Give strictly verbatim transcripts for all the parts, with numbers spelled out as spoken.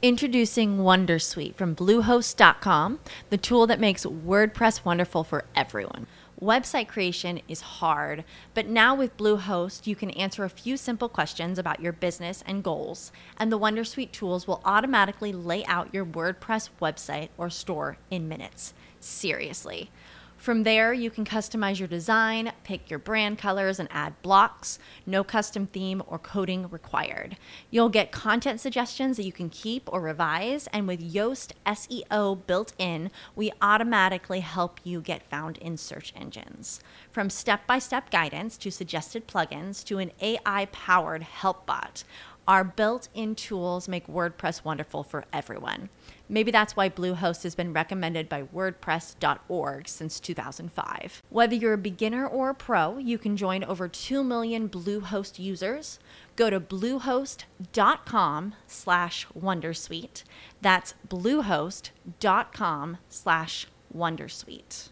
Introducing Wondersuite from Bluehost dot com, the tool that makes WordPress wonderful for everyone. Website creation is hard, but now with Bluehost, you can answer a few simple questions about your business and goals, and the Wondersuite tools will automatically lay out your WordPress website or store in minutes. Seriously. From there, you can customize your design, pick your brand colors, and add blocks. No custom theme or coding required. You'll get content suggestions that you can keep or revise, and with Yoast S E O built in, we automatically help you get found in search engines. From step-by-step guidance to suggested plugins to an A I-powered help bot, our built-in tools make WordPress wonderful for everyone. Maybe that's why Bluehost has been recommended by WordPress dot org since two thousand five. Whether you're a beginner or a pro, you can join over two million Bluehost users. Go to bluehost dot com slash wondersuite. That's bluehost dot com slash wondersuite.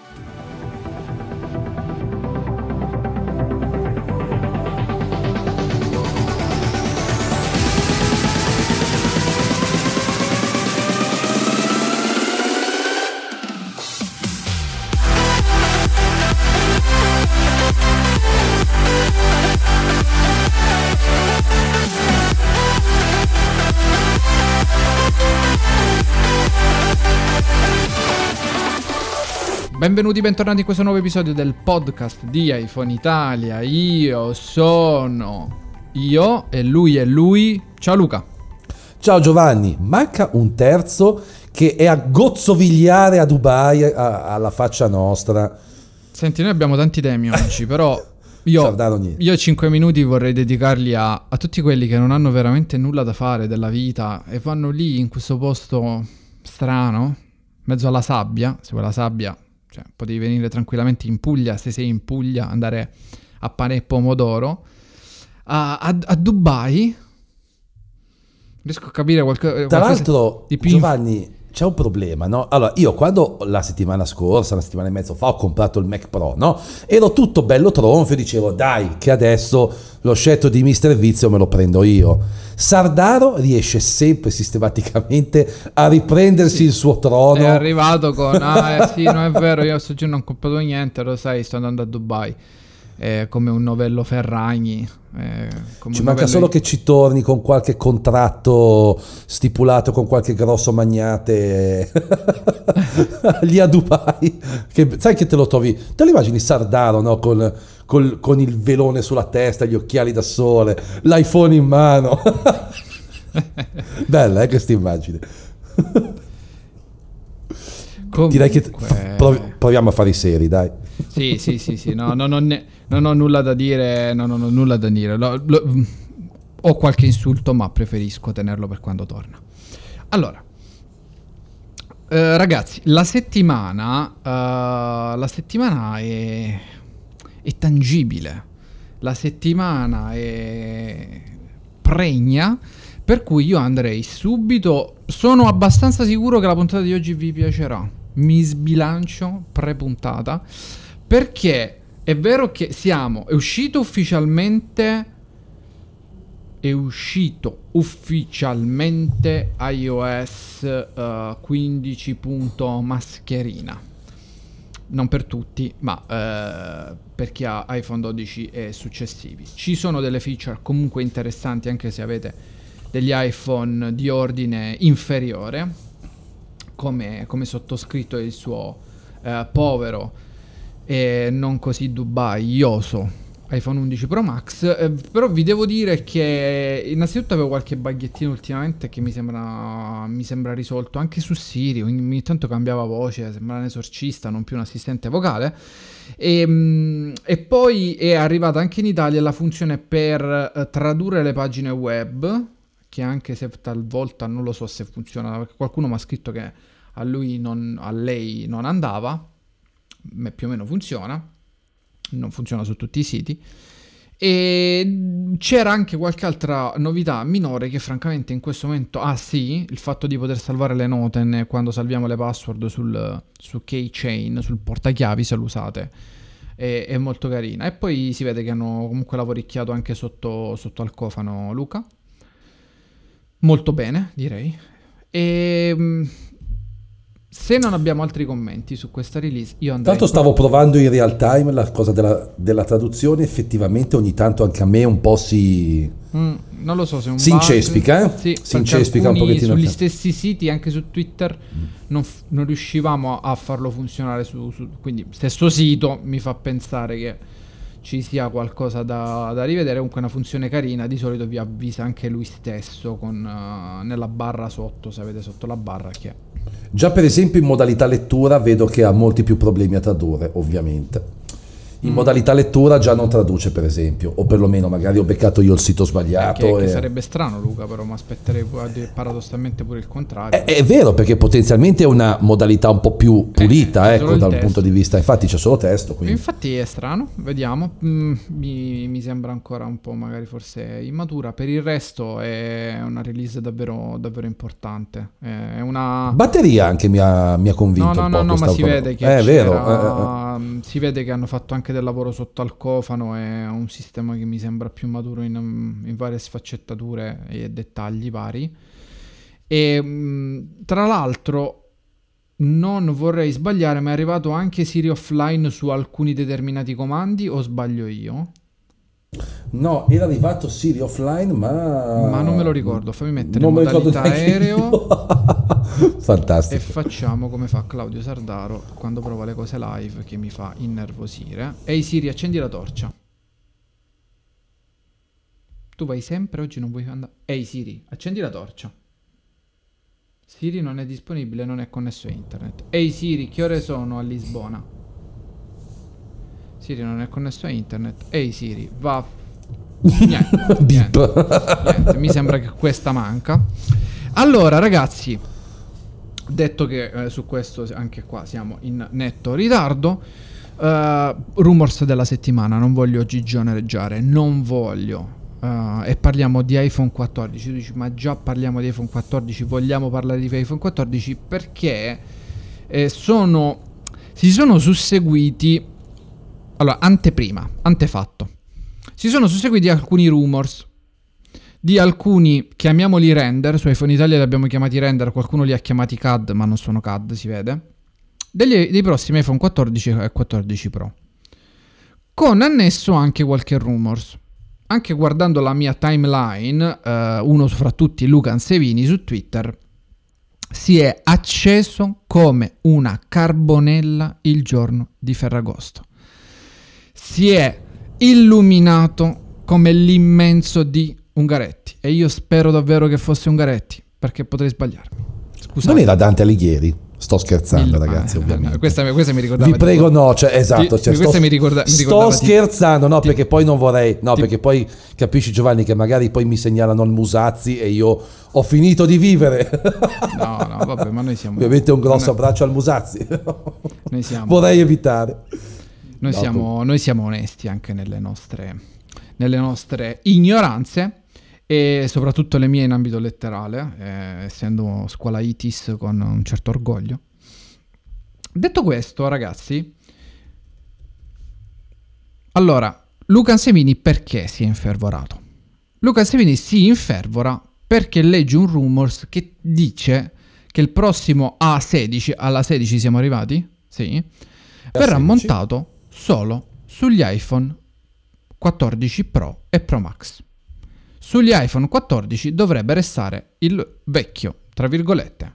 Benvenuti, bentornati in questo nuovo episodio del podcast di iPhone Italia. Io sono io e lui è lui. Ciao Luca. Ciao Giovanni. Manca un terzo che è a gozzovigliare a Dubai a, alla faccia nostra. Senti, noi abbiamo tanti temi oggi, però io, io cinque minuti vorrei dedicarli a, a tutti quelli che non hanno veramente nulla da fare della vita e vanno lì in questo posto strano, mezzo alla sabbia. Se vuoi la sabbia, cioè, potevi venire tranquillamente in Puglia, se sei in Puglia, andare a pane e pomodoro. A, a, a Dubai riesco a capire qualche, Tra qualcosa l'altro, di più. Giovanni, c'è un problema, no? Allora, io quando la settimana scorsa, una settimana e mezzo fa, ho comprato il Mac Pro, no? Ero tutto bello tronfio, dicevo, dai, che adesso lo scelto di mister Vizio me lo prendo io. Sardaro riesce sempre sistematicamente a riprendersi sì, il suo trono. È arrivato con, ah eh, sì, non è vero, io sto giorno non ho comprato niente, lo sai, sto andando a Dubai. Eh, come un novello Ferragni. Eh, ci manca novello... solo che ci torni con qualche contratto stipulato con qualche grosso magnate lì a Dubai, che, sai che te lo trovi, te lo immagini Sardaro, no? con, col, con il velone sulla testa, gli occhiali da sole, l'iPhone in mano. Bella eh, questa immagine. Comunque... direi che prov- proviamo a fare i seri, dai. Sì, sì, sì, sì, no, no, non, ne, non ho nulla da dire, no, non ho nulla da dire. Lo, lo, ho qualche insulto, ma preferisco tenerlo per quando torna. Allora, eh, ragazzi, la settimana, uh, la settimana è, è tangibile, la settimana è pregna, per cui io andrei subito. Sono abbastanza sicuro che la puntata di oggi vi piacerà. Mi sbilancio pre-puntata, perché è vero che siamo, è uscito ufficialmente è uscito ufficialmente iOS uh, quindici punto mascherina. Non per tutti, ma uh, per chi ha iPhone dodici e successivi. Ci sono delle feature comunque interessanti, anche se avete degli iPhone di ordine inferiore, come, come sottoscritto il suo uh, povero e non così dubaioso iPhone undici Pro Max. Eh, però vi devo dire che innanzitutto avevo qualche baghettino ultimamente che mi sembra mi sembra risolto anche su Siri. Ogni, ogni tanto cambiava voce, sembrava un esorcista, non più un assistente vocale. E, mh, e poi è arrivata anche in Italia la funzione per uh, tradurre le pagine web, che anche se talvolta non lo so se funziona, perché qualcuno mi ha scritto che a lui non, a lei non andava. Ma più o meno funziona, non funziona su tutti i siti. E c'era anche qualche altra novità minore che francamente in questo momento, ah sì, il fatto di poter salvare le note quando salviamo le password sul, su Keychain, sul portachiavi, se lo usate, è, è molto carina. E poi si vede che hanno comunque lavoricchiato anche sotto, sotto al cofano, Luca. molto bene, direi. E mh, se non abbiamo altri commenti su questa release, io andrei... Tanto stavo provando in real time la cosa della, della traduzione, effettivamente ogni tanto anche a me un po' si... Mm, non lo so se è un si bug. incespica, eh? Sì, si incespica un pochettino. Sugli stessi siti, anche su Twitter, mm. non, f- non riuscivamo a farlo funzionare su, su... Quindi stesso sito mi fa pensare che ci sia qualcosa da, da rivedere. Comunque una funzione carina, di solito vi avvisa anche lui stesso con, uh, nella barra sotto, se avete sotto la barra che è. Già per esempio in modalità lettura vedo che ha molti più problemi a tradurre, ovviamente. In mm. modalità lettura già non traduce, per esempio, o perlomeno magari ho beccato io il sito sbagliato. Eh, che, e... che sarebbe strano, Luca, però mi aspetterei paradossalmente pure il contrario. È, è vero, perché potenzialmente è una modalità un po' più pulita, eh, ecco, dal testo. Punto di vista, infatti c'è solo testo. Quindi. Infatti è strano, vediamo, mm, mi, mi sembra ancora un po' magari forse immatura. Per il resto è una release davvero, davvero importante. È una... Batteria anche mi ha, mi ha convinto. No, no, un po' no, no ma si vede che è vero. Eh, eh, eh. si vede che hanno fatto anche del lavoro sotto al cofano, è un sistema che mi sembra più maturo in, in varie sfaccettature e dettagli vari. E mh, tra l'altro non vorrei sbagliare, ma è arrivato anche Siri offline su alcuni determinati comandi, o sbaglio io? No, era arrivato Siri offline, ma... Ma non me lo ricordo, fammi mettere non in modalità aereo. Fantastico. E facciamo come fa Claudio Sardaro quando prova le cose live, che mi fa innervosire. Ehi Siri, accendi la torcia. Tu vai sempre, oggi non vuoi andare... Ehi Siri, accendi la torcia. Siri non è disponibile, non è connesso a internet. Ehi Siri, che ore sono a Lisbona? Siri non è connesso a internet. Ehi Siri, va... Niente, niente, niente. Mi sembra che questa manca. Allora ragazzi, detto che eh, su questo anche qua siamo in netto ritardo, uh, rumors della settimana, non voglio gigioneggiare, non voglio. Uh, e parliamo di iPhone quattordici. Tu dici, ma già parliamo di iPhone quattordici, vogliamo parlare di iPhone quattordici perché eh, sono si sono susseguiti, allora, anteprima, antefatto, si sono susseguiti alcuni rumors di alcuni, chiamiamoli render, su iPhone Italia li abbiamo chiamati render, qualcuno li ha chiamati C A D, ma non sono C A D, si vede, degli, dei prossimi iPhone quattordici e quattordici Pro, con annesso anche qualche rumors. Anche guardando la mia timeline, eh, uno fra tutti, Luca Ansevini, su Twitter, si è acceso come una carbonella il giorno di Ferragosto. Si è illuminato come l'immenso di Ungaretti. E io spero davvero che fosse Ungaretti, perché potrei sbagliarmi. Scusate. Non era Dante Alighieri? Sto scherzando, il, ragazzi, eh, ovviamente. Questa, questa mi ricordava. Vi prego, no, cioè, esatto. Cioè, questa sto, mi ricorda, mi sto scherzando, no, ti, perché poi non vorrei, no, ti, perché poi capisci, Giovanni, che magari poi mi segnalano il Musazzi e io ho finito di vivere. No, no, vabbè, ma noi siamo... Ovviamente un grosso noi, abbraccio al Musazzi. Noi siamo... Vorrei evitare. Noi, no, siamo, noi siamo onesti anche nelle nostre, nelle nostre ignoranze. E soprattutto le mie in ambito letterale, eh, essendo scuola I T I S con un certo orgoglio. Detto questo, ragazzi, allora, Luca Ansevini perché si è infervorato? Luca Ansevini si infervora perché legge un rumors che dice che il prossimo A sedici, alla sedici siamo arrivati? Sì. Verrà montato solo sugli iPhone quattordici Pro e Pro Max. Sugli iPhone quattordici dovrebbe restare il vecchio, tra virgolette,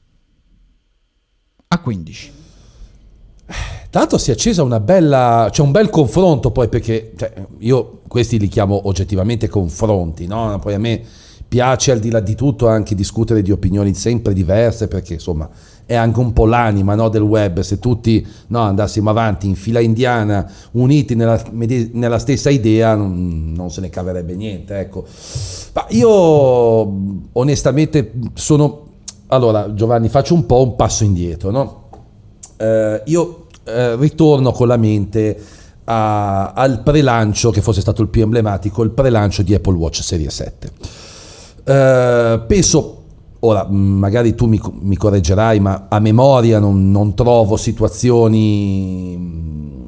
A quindici. Tanto si è accesa una bella, c'è un bel confronto poi, perché cioè, io questi li chiamo oggettivamente confronti, no? Poi a me piace al di là di tutto anche discutere di opinioni sempre diverse, perché insomma è anche un po' l'anima, no, del web. Se tutti, no, andassimo avanti in fila indiana uniti nella, nella stessa idea non, non se ne caverebbe niente, ecco. Ma io onestamente sono, allora Giovanni, faccio un po' un passo indietro, no? Uh, io uh, ritorno con la mente a, al prelancio, che fosse stato il più emblematico, il prelancio di Apple Watch Serie sette. Uh, penso, ora magari tu mi, mi correggerai, ma a memoria non, non trovo situazioni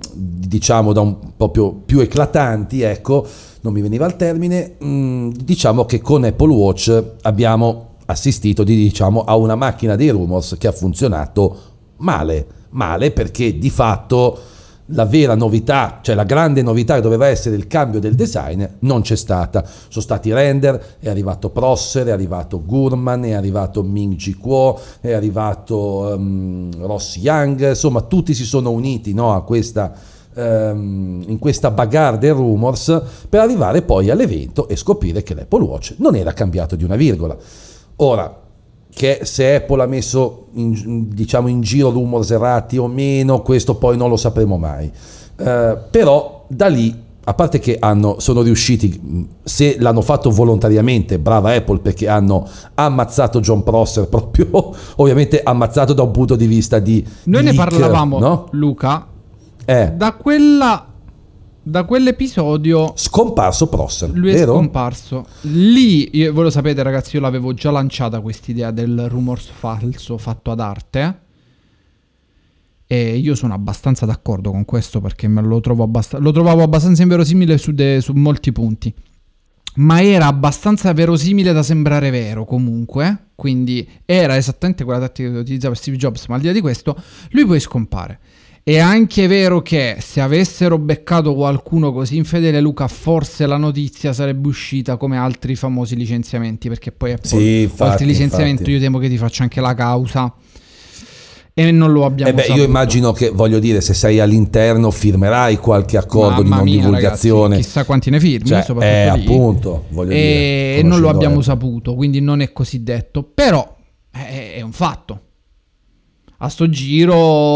diciamo da un proprio più eclatanti, ecco, non mi veniva il termine, mh, diciamo che con Apple Watch abbiamo assistito diciamo a una macchina dei rumors che ha funzionato male, male perché di fatto la vera novità, cioè la grande novità che doveva essere il cambio del design, non c'è stata. Sono stati render, è arrivato Prosser, è arrivato Gurman, è arrivato Ming Chi Kuo, è arrivato um, Ross Young, insomma tutti si sono uniti, no, a questa, um, in questa bagarre del rumors per arrivare poi all'evento e scoprire che l'Apple Watch non era cambiato di una virgola. Ora, che se Apple ha messo in, diciamo in giro rumors errati o meno, questo poi non lo sapremo mai, eh, però da lì, a parte che hanno, sono riusciti, se l'hanno fatto volontariamente, brava Apple, perché hanno ammazzato John Prosser proprio, ovviamente ammazzato da un punto di vista di noi di ne leak, parlavamo, no? Luca, eh. da quella da quell'episodio scomparso Prosser, lui è vero? scomparso lì. Io, voi lo sapete ragazzi, io l'avevo già lanciata quest'idea del rumors falso fatto ad arte e io sono abbastanza d'accordo con questo perché me lo, trovo abbast- lo trovavo abbastanza inverosimile su, de- su molti punti, ma era abbastanza verosimile da sembrare vero comunque, quindi era esattamente quella tattica che utilizzava Steve Jobs, ma al di là di questo lui poi scompare. È anche vero che se avessero beccato qualcuno così infedele, Luca, forse la notizia sarebbe uscita come altri famosi licenziamenti, perché poi Apple, sì, infatti, altri licenziamenti infatti. io temo che ti faccia anche la causa e non lo abbiamo eh beh, saputo. io immagino che, voglio dire, se sei all'interno firmerai qualche accordo Mamma di non mia, divulgazione, ragazzi, chissà quanti ne firmi, cioè, soprattutto eh, lì. appunto, voglio e dire, e non lo abbiamo Apple. saputo, quindi non è così detto, però è, è un fatto. A sto giro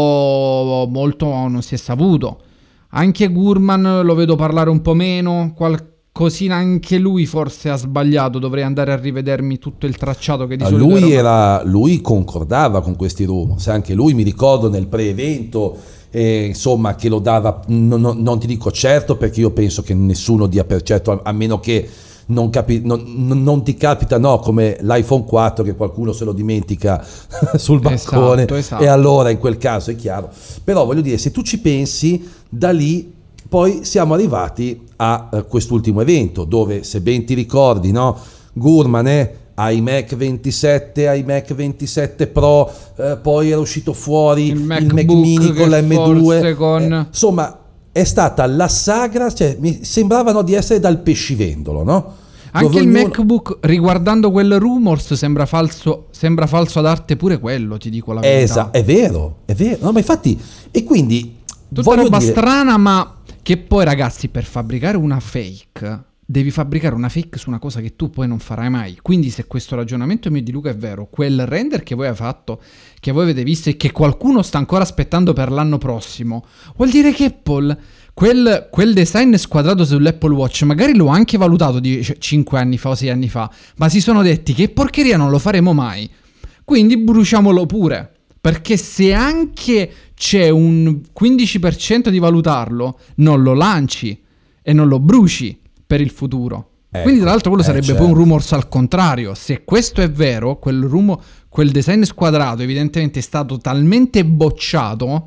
molto non si è saputo. Anche Gurman lo vedo parlare un po' meno, qualcosina anche lui forse ha sbagliato, dovrei andare a rivedermi tutto il tracciato che di solito lui, era... era, lui concordava con questi rumors, anche lui mi ricordo nel pre-evento, eh, insomma che lo dava, no, no, non ti dico certo perché io penso che nessuno dia per certo, a, a meno che non, capi, non, non ti capita, no, come l'iPhone quattro che qualcuno se lo dimentica sul balcone, esatto, esatto. E allora in quel caso è chiaro, però voglio dire, se tu ci pensi, da lì poi siamo arrivati a uh, quest'ultimo evento dove, se ben ti ricordi, no, Gurman è iMac ventisette, iMac ventisette Pro, eh, poi era uscito fuori il, il Mac Mini con la M due, con... eh, insomma è stata la sagra, cioè mi sembravano di essere dal pescivendolo, no? Anche Dove il ognuno... MacBook, riguardando quel rumors, sembra falso, sembra falso ad arte pure quello, ti dico la verità. Esatto, è vero, è vero, no, ma infatti, e quindi tutta voglio roba dire... strana, ma che poi ragazzi, per fabbricare una fake devi fabbricare una fake su una cosa che tu poi non farai mai. Quindi se questo ragionamento mio di Luca è vero, quel render che voi avete fatto, che voi avete visto e che qualcuno sta ancora aspettando per l'anno prossimo, vuol dire che Apple quel, quel design squadrato sull'Apple Watch magari l'ho anche valutato di cinque anni fa o sei anni fa, ma si sono detti che porcheria, non lo faremo mai, quindi bruciamolo pure. Perché se anche c'è un quindici per cento di valutarlo, non lo lanci e non lo bruci per il futuro. Ecco, quindi tra l'altro quello eh, sarebbe certo. poi un rumors al contrario. Se questo è vero, quel, rumo, quel design squadrato evidentemente è stato talmente bocciato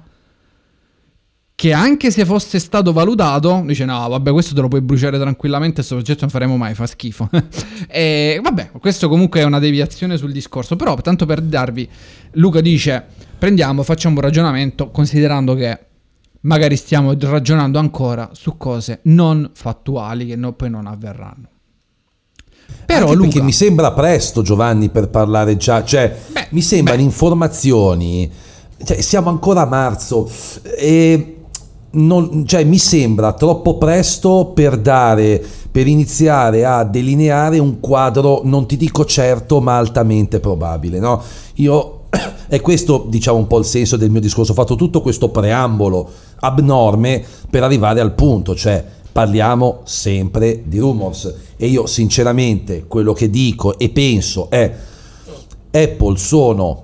che anche se fosse stato valutato, dice no vabbè, questo te lo puoi bruciare tranquillamente, questo progetto non faremo mai, fa schifo. E vabbè, questo comunque è una deviazione sul discorso, però tanto per darvi, Luca dice prendiamo, facciamo un ragionamento considerando che magari stiamo ragionando ancora su cose non fattuali che no, poi non avverranno. Però Anche Luca, perché mi sembra presto, Giovanni, per parlare già, cioè beh, mi sembrano beh. informazioni, cioè, siamo ancora a marzo e non, cioè, mi sembra troppo presto per dare, per iniziare a delineare un quadro, non ti dico certo, ma altamente probabile, no? Io e questo, diciamo, un po' il senso del mio discorso, ho fatto tutto questo preambolo abnorme per arrivare al punto, cioè parliamo sempre di rumors e io sinceramente quello che dico e penso è Apple sono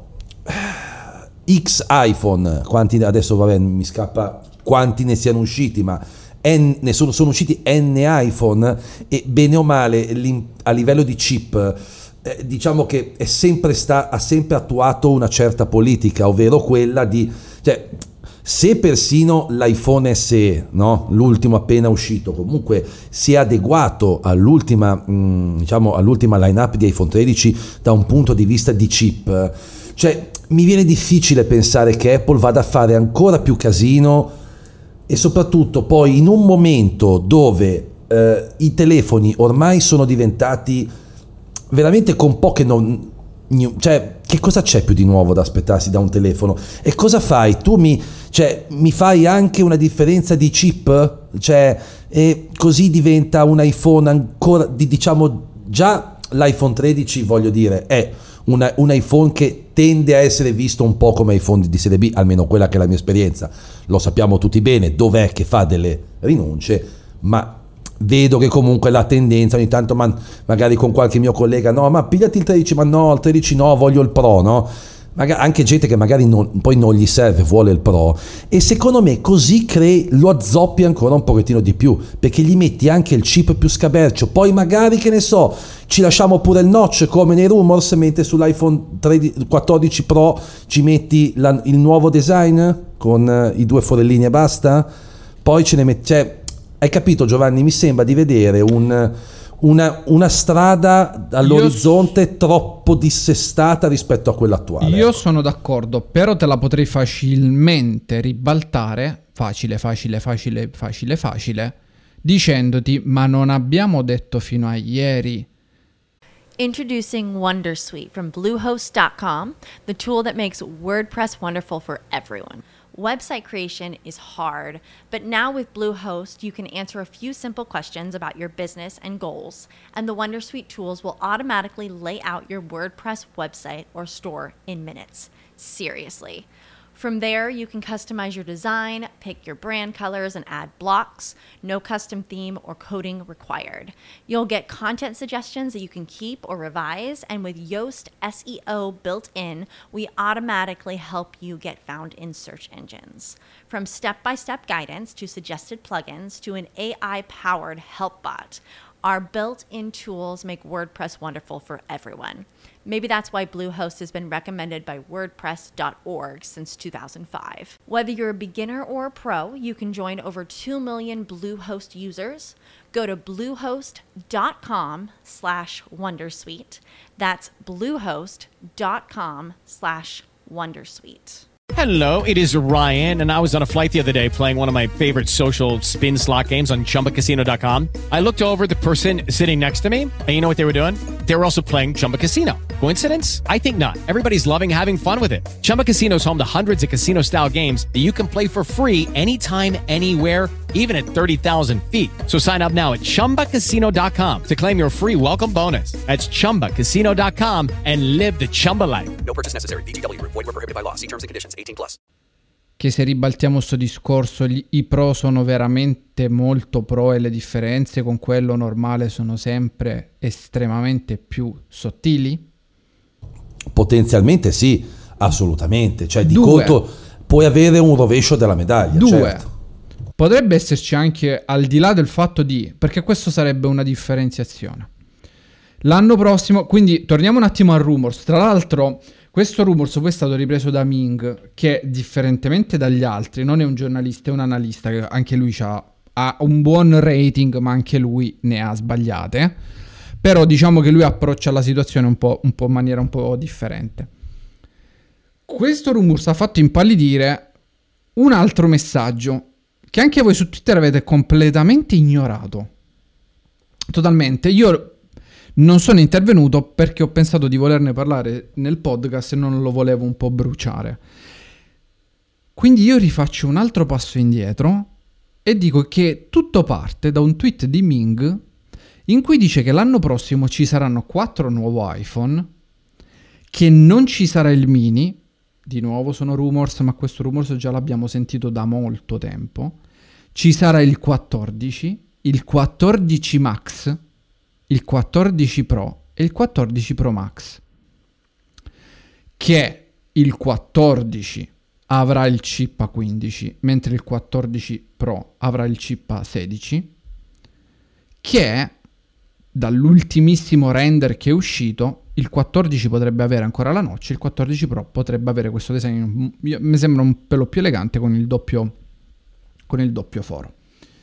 X iPhone, quanti adesso vabbè mi scappa quanti ne siano usciti, ma N, ne sono, sono usciti N iPhone e bene o male a livello di chip eh, diciamo che è sempre sta, ha sempre attuato una certa politica, ovvero quella di, cioè, se persino l'iPhone S E, no? L'ultimo appena uscito, comunque si è adeguato all'ultima, mh, diciamo, all'ultima line-up di iPhone tredici da un punto di vista di chip, cioè mi viene difficile pensare che Apple vada a fare ancora più casino, e soprattutto poi in un momento dove eh, i telefoni ormai sono diventati veramente con poche non... cioè che cosa c'è più di nuovo da aspettarsi da un telefono? E cosa fai? Tu mi, cioè, mi fai anche una differenza di chip? Cioè, e così diventa un iPhone ancora, di, diciamo, già l'iPhone tredici, voglio dire, è una, un iPhone che tende a essere visto un po' come iPhone di serie B, almeno quella che è la mia esperienza. Lo sappiamo tutti bene, dov'è che fa delle rinunce, ma vedo che comunque la tendenza ogni tanto, ma magari con qualche mio collega, no ma pigliati il tredici, ma no il tredici no, voglio il Pro, no? Magari, anche gente che magari non, poi non gli serve, vuole il Pro, e secondo me così crei, lo azzoppi ancora un pochettino di più, perché gli metti anche il chip più scabercio, poi magari, che ne so, ci lasciamo pure il notch come nei rumors, mentre sull'iPhone tredici, quattordici Pro ci metti la, il nuovo design con uh, i due forellini e basta, poi ce ne metti, cioè, hai capito Giovanni? Mi sembra di vedere un, una, una strada all'orizzonte io, troppo dissestata rispetto a quella attuale. Io ecco. sono d'accordo, però te la potrei facilmente ribaltare, facile, facile, facile, facile, facile, dicendoti, ma non abbiamo detto fino a ieri. Introducing Wondersuite from Bluehost dot com, the tool that makes WordPress wonderful for everyone. Website creation is hard, but now with Bluehost, you can answer a few simple questions about your business and goals, and the Wondersuite tools will automatically lay out your WordPress website or store in minutes. Seriously. From there, you can customize your design, pick your brand colors, and add blocks. No custom theme or coding required. You'll get content suggestions that you can keep or revise, and with Yoast S E O built in, we automatically help you get found in search engines. From step-by-step guidance to suggested plugins to an A I-powered help bot, our built-in tools make WordPress wonderful for everyone. Maybe that's why Bluehost has been recommended by WordPress dot org since two thousand five. Whether you're a beginner or a pro, you can join over two million Bluehost users. Go to bluehost.com slash Wondersuite. That's bluehost.com slash Wondersuite. Hello, it is Ryan, and I was on a flight the other day playing one of my favorite social spin slot games on Chumba Casino dot com. I looked over at the person sitting next to me, and you know what they were doing? They were also playing Chumba Casino. Coincidence? I think not. Everybody's loving having fun with it. Chumba Casino is home to hundreds of casino-style games that you can play for free anytime, anywhere, even at thirty thousand feet. So sign up now at Chumba Casino dot com to claim your free welcome bonus. That's Chumba Casino dot com and live the Chumba life. No purchase necessary. V G W. Void where prohibited by law. See terms and conditions. eighteen plus. Che se ribaltiamo sto discorso, gli, i pro sono veramente molto pro e le differenze con quello normale sono sempre estremamente più sottili? Potenzialmente sì, assolutamente. Cioè di Due. conto puoi avere un rovescio della medaglia. Due. Certo. Potrebbe esserci anche, al di là del fatto di, perché questo sarebbe una differenziazione. L'anno prossimo, quindi torniamo un attimo al rumors. Tra l'altro, questo rumors poi è stato ripreso da Ming, che differentemente dagli altri non è un giornalista, è un analista, che anche lui c'ha, ha un buon rating, ma anche lui ne ha sbagliate. Però diciamo che lui approccia la situazione un po', un po' in maniera un po' differente. Questo rumors ha fatto impallidire un altro messaggio che anche voi su Twitter avete completamente ignorato. Totalmente. Io non sono intervenuto perché ho pensato di volerne parlare nel podcast e non lo volevo un po' bruciare. Quindi io rifaccio un altro passo indietro e dico che tutto parte da un tweet di Ming in cui dice che l'anno prossimo ci saranno quattro nuovi iPhone, che non ci sarà il mini. Di nuovo sono rumors, ma questo rumors già l'abbiamo sentito da molto tempo. Ci sarà il quattordici, il quattordici Max, il quattordici Pro e il quattordici Pro Max. Che il quattordici avrà il chip A quindici, mentre il quattordici Pro avrà il chip A sedici, che dall'ultimissimo render che è uscito il quattordici potrebbe avere ancora la notch, il quattordici Pro potrebbe avere questo design, mi sembra un pelo più elegante con il doppio, con il doppio foro.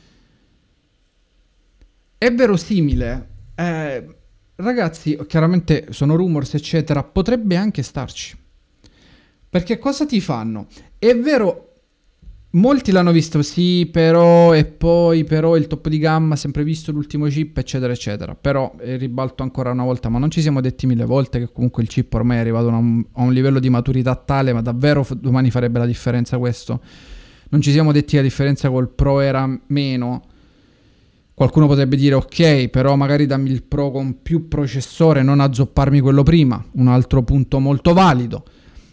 È verosimile, eh, ragazzi, chiaramente sono rumors eccetera, potrebbe anche starci, perché cosa ti fanno? È vero, molti l'hanno visto, sì, però e poi però il top di gamma, sempre visto l'ultimo chip eccetera eccetera, però eh, ribalto ancora una volta, ma non ci siamo detti mille volte che comunque il chip ormai è arrivato a un, a un livello di maturità tale, ma davvero f- domani farebbe la differenza questo? Non ci siamo detti la differenza col Pro era meno? Qualcuno potrebbe dire ok, però magari dammi il Pro con più processore, non azzopparmi quello prima, un altro punto molto valido.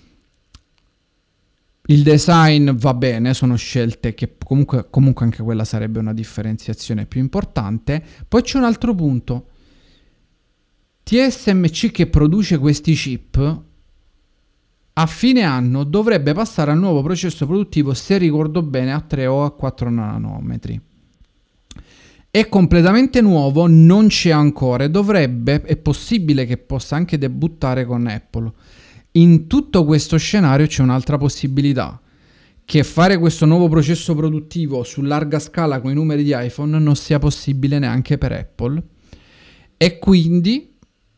Il design va bene, sono scelte che comunque, comunque anche quella sarebbe una differenziazione più importante. Poi c'è un altro punto. T S M C che produce questi chip a fine anno dovrebbe passare al nuovo processo produttivo, se ricordo bene, a tre o a quattro nanometri. È completamente nuovo, non c'è ancora e dovrebbe, è possibile che possa anche debuttare con Apple. In tutto questo scenario c'è un'altra possibilità, che fare questo nuovo processo produttivo su larga scala con i numeri di iPhone non sia possibile neanche per Apple, e quindi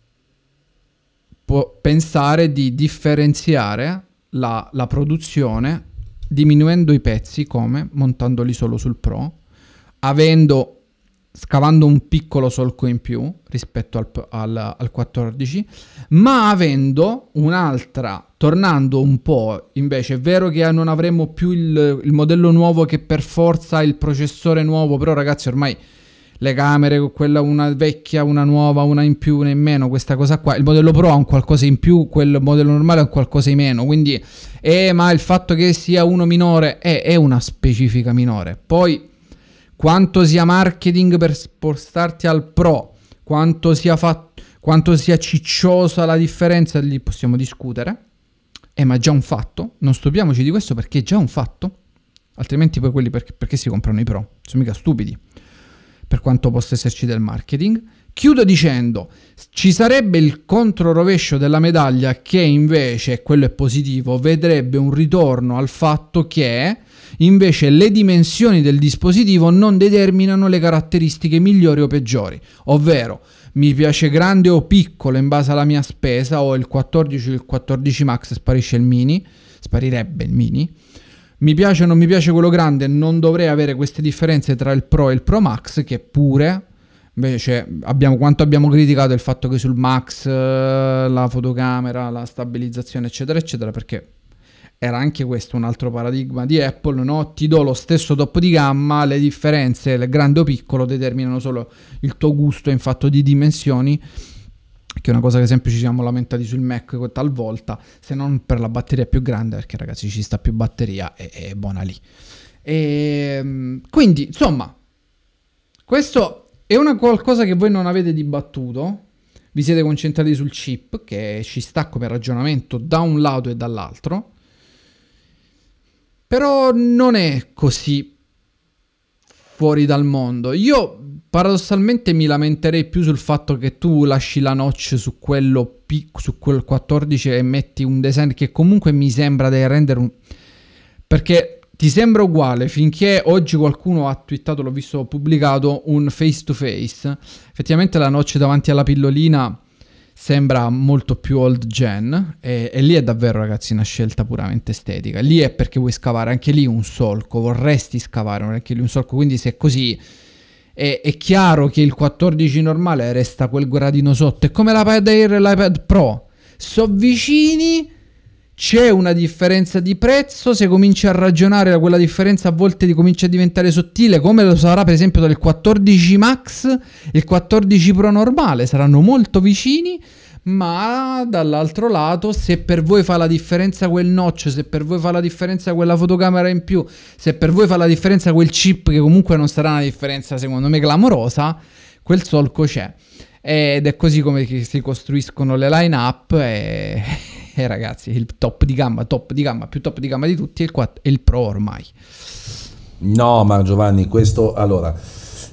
può pensare di differenziare la, la produzione diminuendo i pezzi, come montandoli solo sul Pro, avendo scavando un piccolo solco in più rispetto al, al, al quattordici, ma avendo un'altra, tornando un po', invece è vero che non avremo più il, il modello nuovo che per forza il processore nuovo, però ragazzi ormai le camere, quella una vecchia, una nuova, una in più, una in meno, questa cosa qua, il modello Pro ha un qualcosa in più, quel modello normale ha un qualcosa in meno, quindi eh, ma il fatto che sia uno minore è, è una specifica minore. Poi quanto sia marketing per spostarti al Pro, quanto sia fatto, quanto sia cicciosa la differenza, lì possiamo discutere. Eh, ma è già un fatto. Non stupiamoci di questo perché è già un fatto. Altrimenti poi quelli perché, perché si comprano i Pro? Sono mica stupidi. Per quanto possa esserci del marketing. Chiudo dicendo, ci sarebbe il controrovescio della medaglia che invece, quello è positivo, vedrebbe un ritorno al fatto che invece le dimensioni del dispositivo non determinano le caratteristiche migliori o peggiori, ovvero mi piace grande o piccolo in base alla mia spesa, o il quattordici, il quattordici Max sparisce il mini, sparirebbe il mini, mi piace o non mi piace quello grande, non dovrei avere queste differenze tra il Pro e il Pro Max, che pure invece abbiamo, quanto abbiamo criticato il fatto che sul Max la fotocamera, la stabilizzazione eccetera eccetera, perché era anche questo un altro paradigma di Apple, no? Ti do lo stesso top di gamma, le differenze, il grande o piccolo, determinano solo il tuo gusto in fatto di dimensioni, che è una cosa che sempre ci siamo lamentati sul Mac talvolta, se non per la batteria più grande, perché ragazzi ci sta più batteria e è buona lì. E quindi, insomma, questo è una qualcosa che voi non avete dibattuto, vi siete concentrati sul chip, che ci sta come ragionamento da un lato e dall'altro. Però non è così fuori dal mondo. Io paradossalmente mi lamenterei più sul fatto che tu lasci la notch su quello pic- su quel quattordici e metti un design che comunque mi sembra di rendere un... perché ti sembra uguale finché oggi qualcuno ha twittato, l'ho visto pubblicato, un face to face. Effettivamente la notch davanti alla pillolina sembra molto più old gen e, e lì è davvero, ragazzi, una scelta puramente estetica. Lì è perché vuoi scavare anche lì un solco, vorresti scavare anche lì un solco, quindi se è così è, è chiaro che il quattordici normale resta quel gradino sotto. È come l'iPad Air e l'iPad Pro, sono vicini, c'è una differenza di prezzo, se cominci a ragionare quella differenza a volte ti comincia a diventare sottile, come lo sarà per esempio del quattordici Max e il quattordici Pro normale, saranno molto vicini, ma dall'altro lato se per voi fa la differenza quel notch, se per voi fa la differenza quella fotocamera in più, se per voi fa la differenza quel chip, che comunque non sarà una differenza secondo me clamorosa, quel solco c'è. Ed è così come si costruiscono le line up e... Eh, ragazzi, il top di gamma, top di gamma, più top di gamma di tutti è il, quattro, è il Pro ormai. No, ma Giovanni, questo allora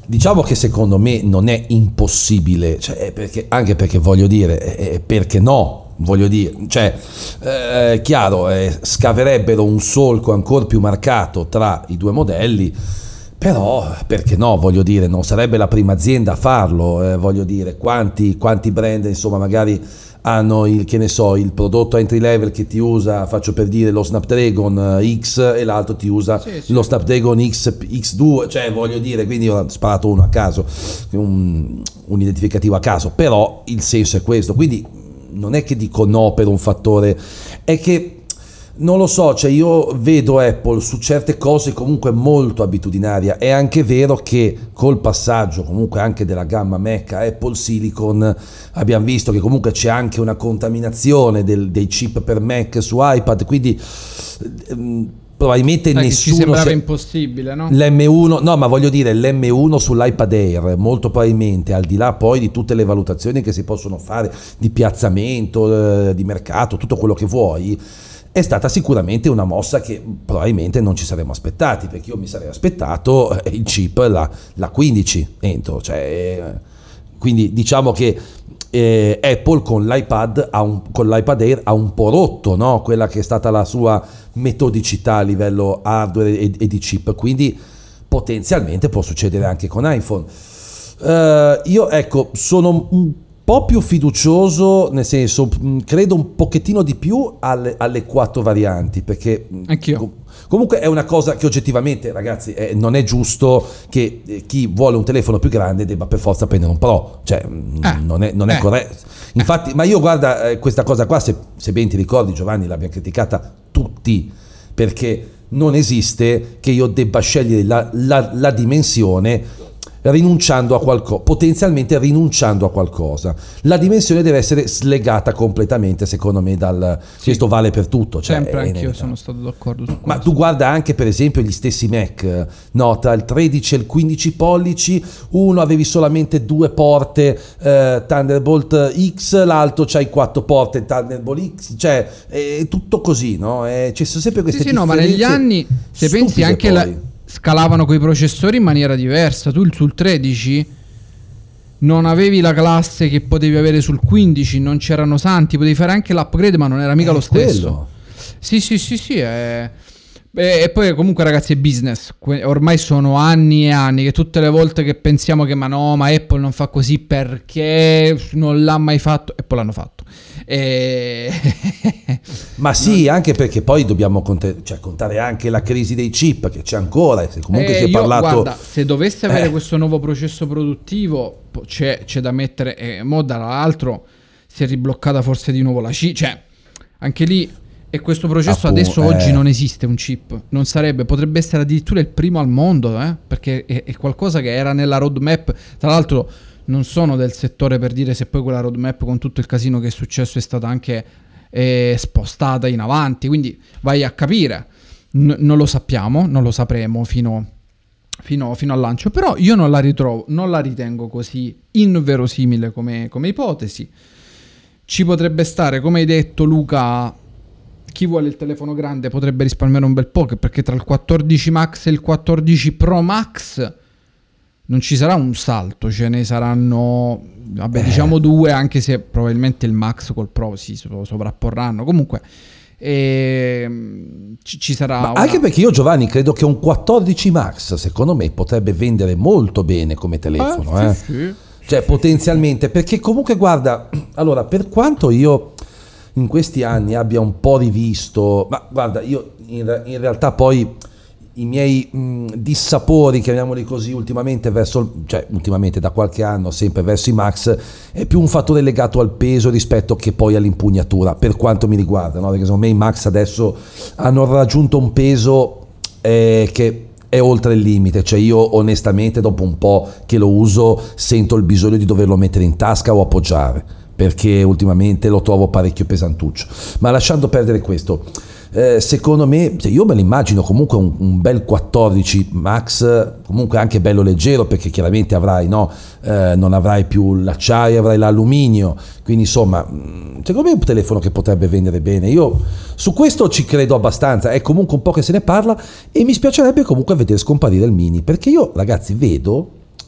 diciamo che secondo me non è impossibile, cioè, perché, anche perché voglio dire, eh, perché no? Voglio dire, cioè, eh, chiaro, eh, scaverebbero un solco ancora più marcato tra i due modelli, però perché no? Voglio dire, non sarebbe la prima azienda a farlo, eh, voglio dire, quanti, quanti brand, insomma, magari hanno il, che ne so, il prodotto entry level che ti usa, faccio per dire, lo Snapdragon X e l'altro ti usa sì, sì. lo Snapdragon X, X due, cioè voglio dire, quindi ho sparato uno a caso, un, un identificativo a caso, però il senso è questo, quindi non è che dico no per un fattore, è che non lo so, cioè io vedo Apple su certe cose comunque molto abitudinaria. È anche vero che col passaggio comunque anche della gamma Mac a Apple Silicon abbiamo visto che comunque c'è anche una contaminazione del, dei chip per Mac su iPad, quindi ehm, probabilmente Sai nessuno ci sembrava se... impossibile, no? l'M uno, no, ma voglio dire l'M uno sull'iPad Air, molto probabilmente, al di là poi di tutte le valutazioni che si possono fare di piazzamento, eh, di mercato, tutto quello che vuoi, è stata sicuramente una mossa che probabilmente non ci saremmo aspettati, perché io mi sarei aspettato eh, il chip, la, la quindici entro, cioè, eh, quindi diciamo che eh, Apple con l'iPad, ha un, con l'iPad Air ha un po' rotto, no? Quella che è stata la sua metodicità a livello hardware e, e di chip, quindi potenzialmente può succedere anche con iPhone. Uh, io ecco, sono un po' più fiducioso, nel senso, credo un pochettino di più alle, alle quattro varianti, perché Anch'io. comunque è una cosa che oggettivamente, ragazzi, eh, non è giusto che eh, chi vuole un telefono più grande debba per forza prendere un Pro, cioè eh, non è, non è eh. corretto. Infatti, ma io guarda, eh, questa cosa qua, se, se ben ti ricordi Giovanni, l'abbiamo criticata tutti, perché non esiste che io debba scegliere la, la, la dimensione rinunciando a qualcosa, potenzialmente rinunciando a qualcosa. La dimensione deve essere slegata completamente, secondo me, dal Sì. questo vale per tutto. Cioè, Sempre è anch'io inevitabile. sono stato d'accordo su questo. Ma tu guarda anche per esempio gli stessi Mac, no, tra il tredici e il quindici pollici, uno avevi solamente due porte eh, Thunderbolt X, l'altro c'hai quattro porte Thunderbolt X, cioè è tutto così, no? Eh, ci sono sempre queste Sì, sì, no, ma negli differenze anni, se pensi stupide anche la, poi. scalavano coi processori in maniera diversa. Tu sul tredici non avevi la classe che potevi avere sul quindici, non c'erano santi, potevi fare anche l'upgrade, ma non era mica È lo stesso. quello. Sì, sì, sì, sì. È... E e poi comunque ragazzi è business. Que- ormai sono anni e anni che tutte le volte che pensiamo che ma no, ma Apple non fa così perché non l'ha mai fatto, e poi l'hanno fatto. E... Ma sì, anche perché poi dobbiamo conte- cioè, contare anche la crisi dei chip che c'è ancora, e se comunque Eh, si è io, parlato guarda, se dovesse avere Eh. questo nuovo processo produttivo, po- c'è, c'è da mettere, e mo dall'altro si è ribloccata forse di nuovo la C, cioè anche lì, e questo processo Appunto, adesso eh. oggi non esiste un chip, non sarebbe, potrebbe essere addirittura il primo al mondo, eh? Perché è, è qualcosa che era nella roadmap, tra l'altro non sono del settore per dire se poi quella roadmap con tutto il casino che è successo è stata anche eh, spostata in avanti, quindi vai a capire. N- non lo sappiamo, non lo sapremo fino, fino, fino al lancio, però io non la ritrovo, non la ritengo così inverosimile come, come ipotesi. Ci potrebbe stare, come hai detto Luca, chi vuole il telefono grande potrebbe risparmiare un bel po', perché tra il quattordici Max e il quattordici Pro Max non ci sarà un salto, ce ne saranno, vabbè, Eh. diciamo due, anche se probabilmente il Max col Pro si sovrapporranno. Comunque ehm, ci, ci sarà Ma una... anche perché io, Giovanni, credo che un quattordici Max secondo me potrebbe vendere molto bene come telefono, Eh, eh, sì, sì. cioè potenzialmente, perché comunque guarda, allora, per quanto io in questi anni abbia un po' rivisto, ma guarda, io in, in realtà poi i miei mh, dissapori, chiamiamoli così, ultimamente verso, cioè ultimamente da qualche anno sempre verso i Max, è più un fattore legato al peso rispetto che poi all'impugnatura, per quanto mi riguarda, no? Perché secondo me i Max adesso hanno raggiunto un peso eh, che è oltre il limite, cioè io onestamente dopo un po' che lo uso sento il bisogno di doverlo mettere in tasca o appoggiare, perché ultimamente lo trovo parecchio pesantuccio. Ma lasciando perdere questo, eh, secondo me, io me lo immagino comunque un, un bel quattordici Max, comunque anche bello leggero, perché chiaramente avrai, no, eh, non avrai più l'acciaio, avrai l'alluminio, quindi insomma secondo me è un telefono che potrebbe vendere bene. Io su questo ci credo abbastanza, è comunque un po' che se ne parla, e mi spiacerebbe comunque vedere scomparire il mini, perché io, ragazzi, vedo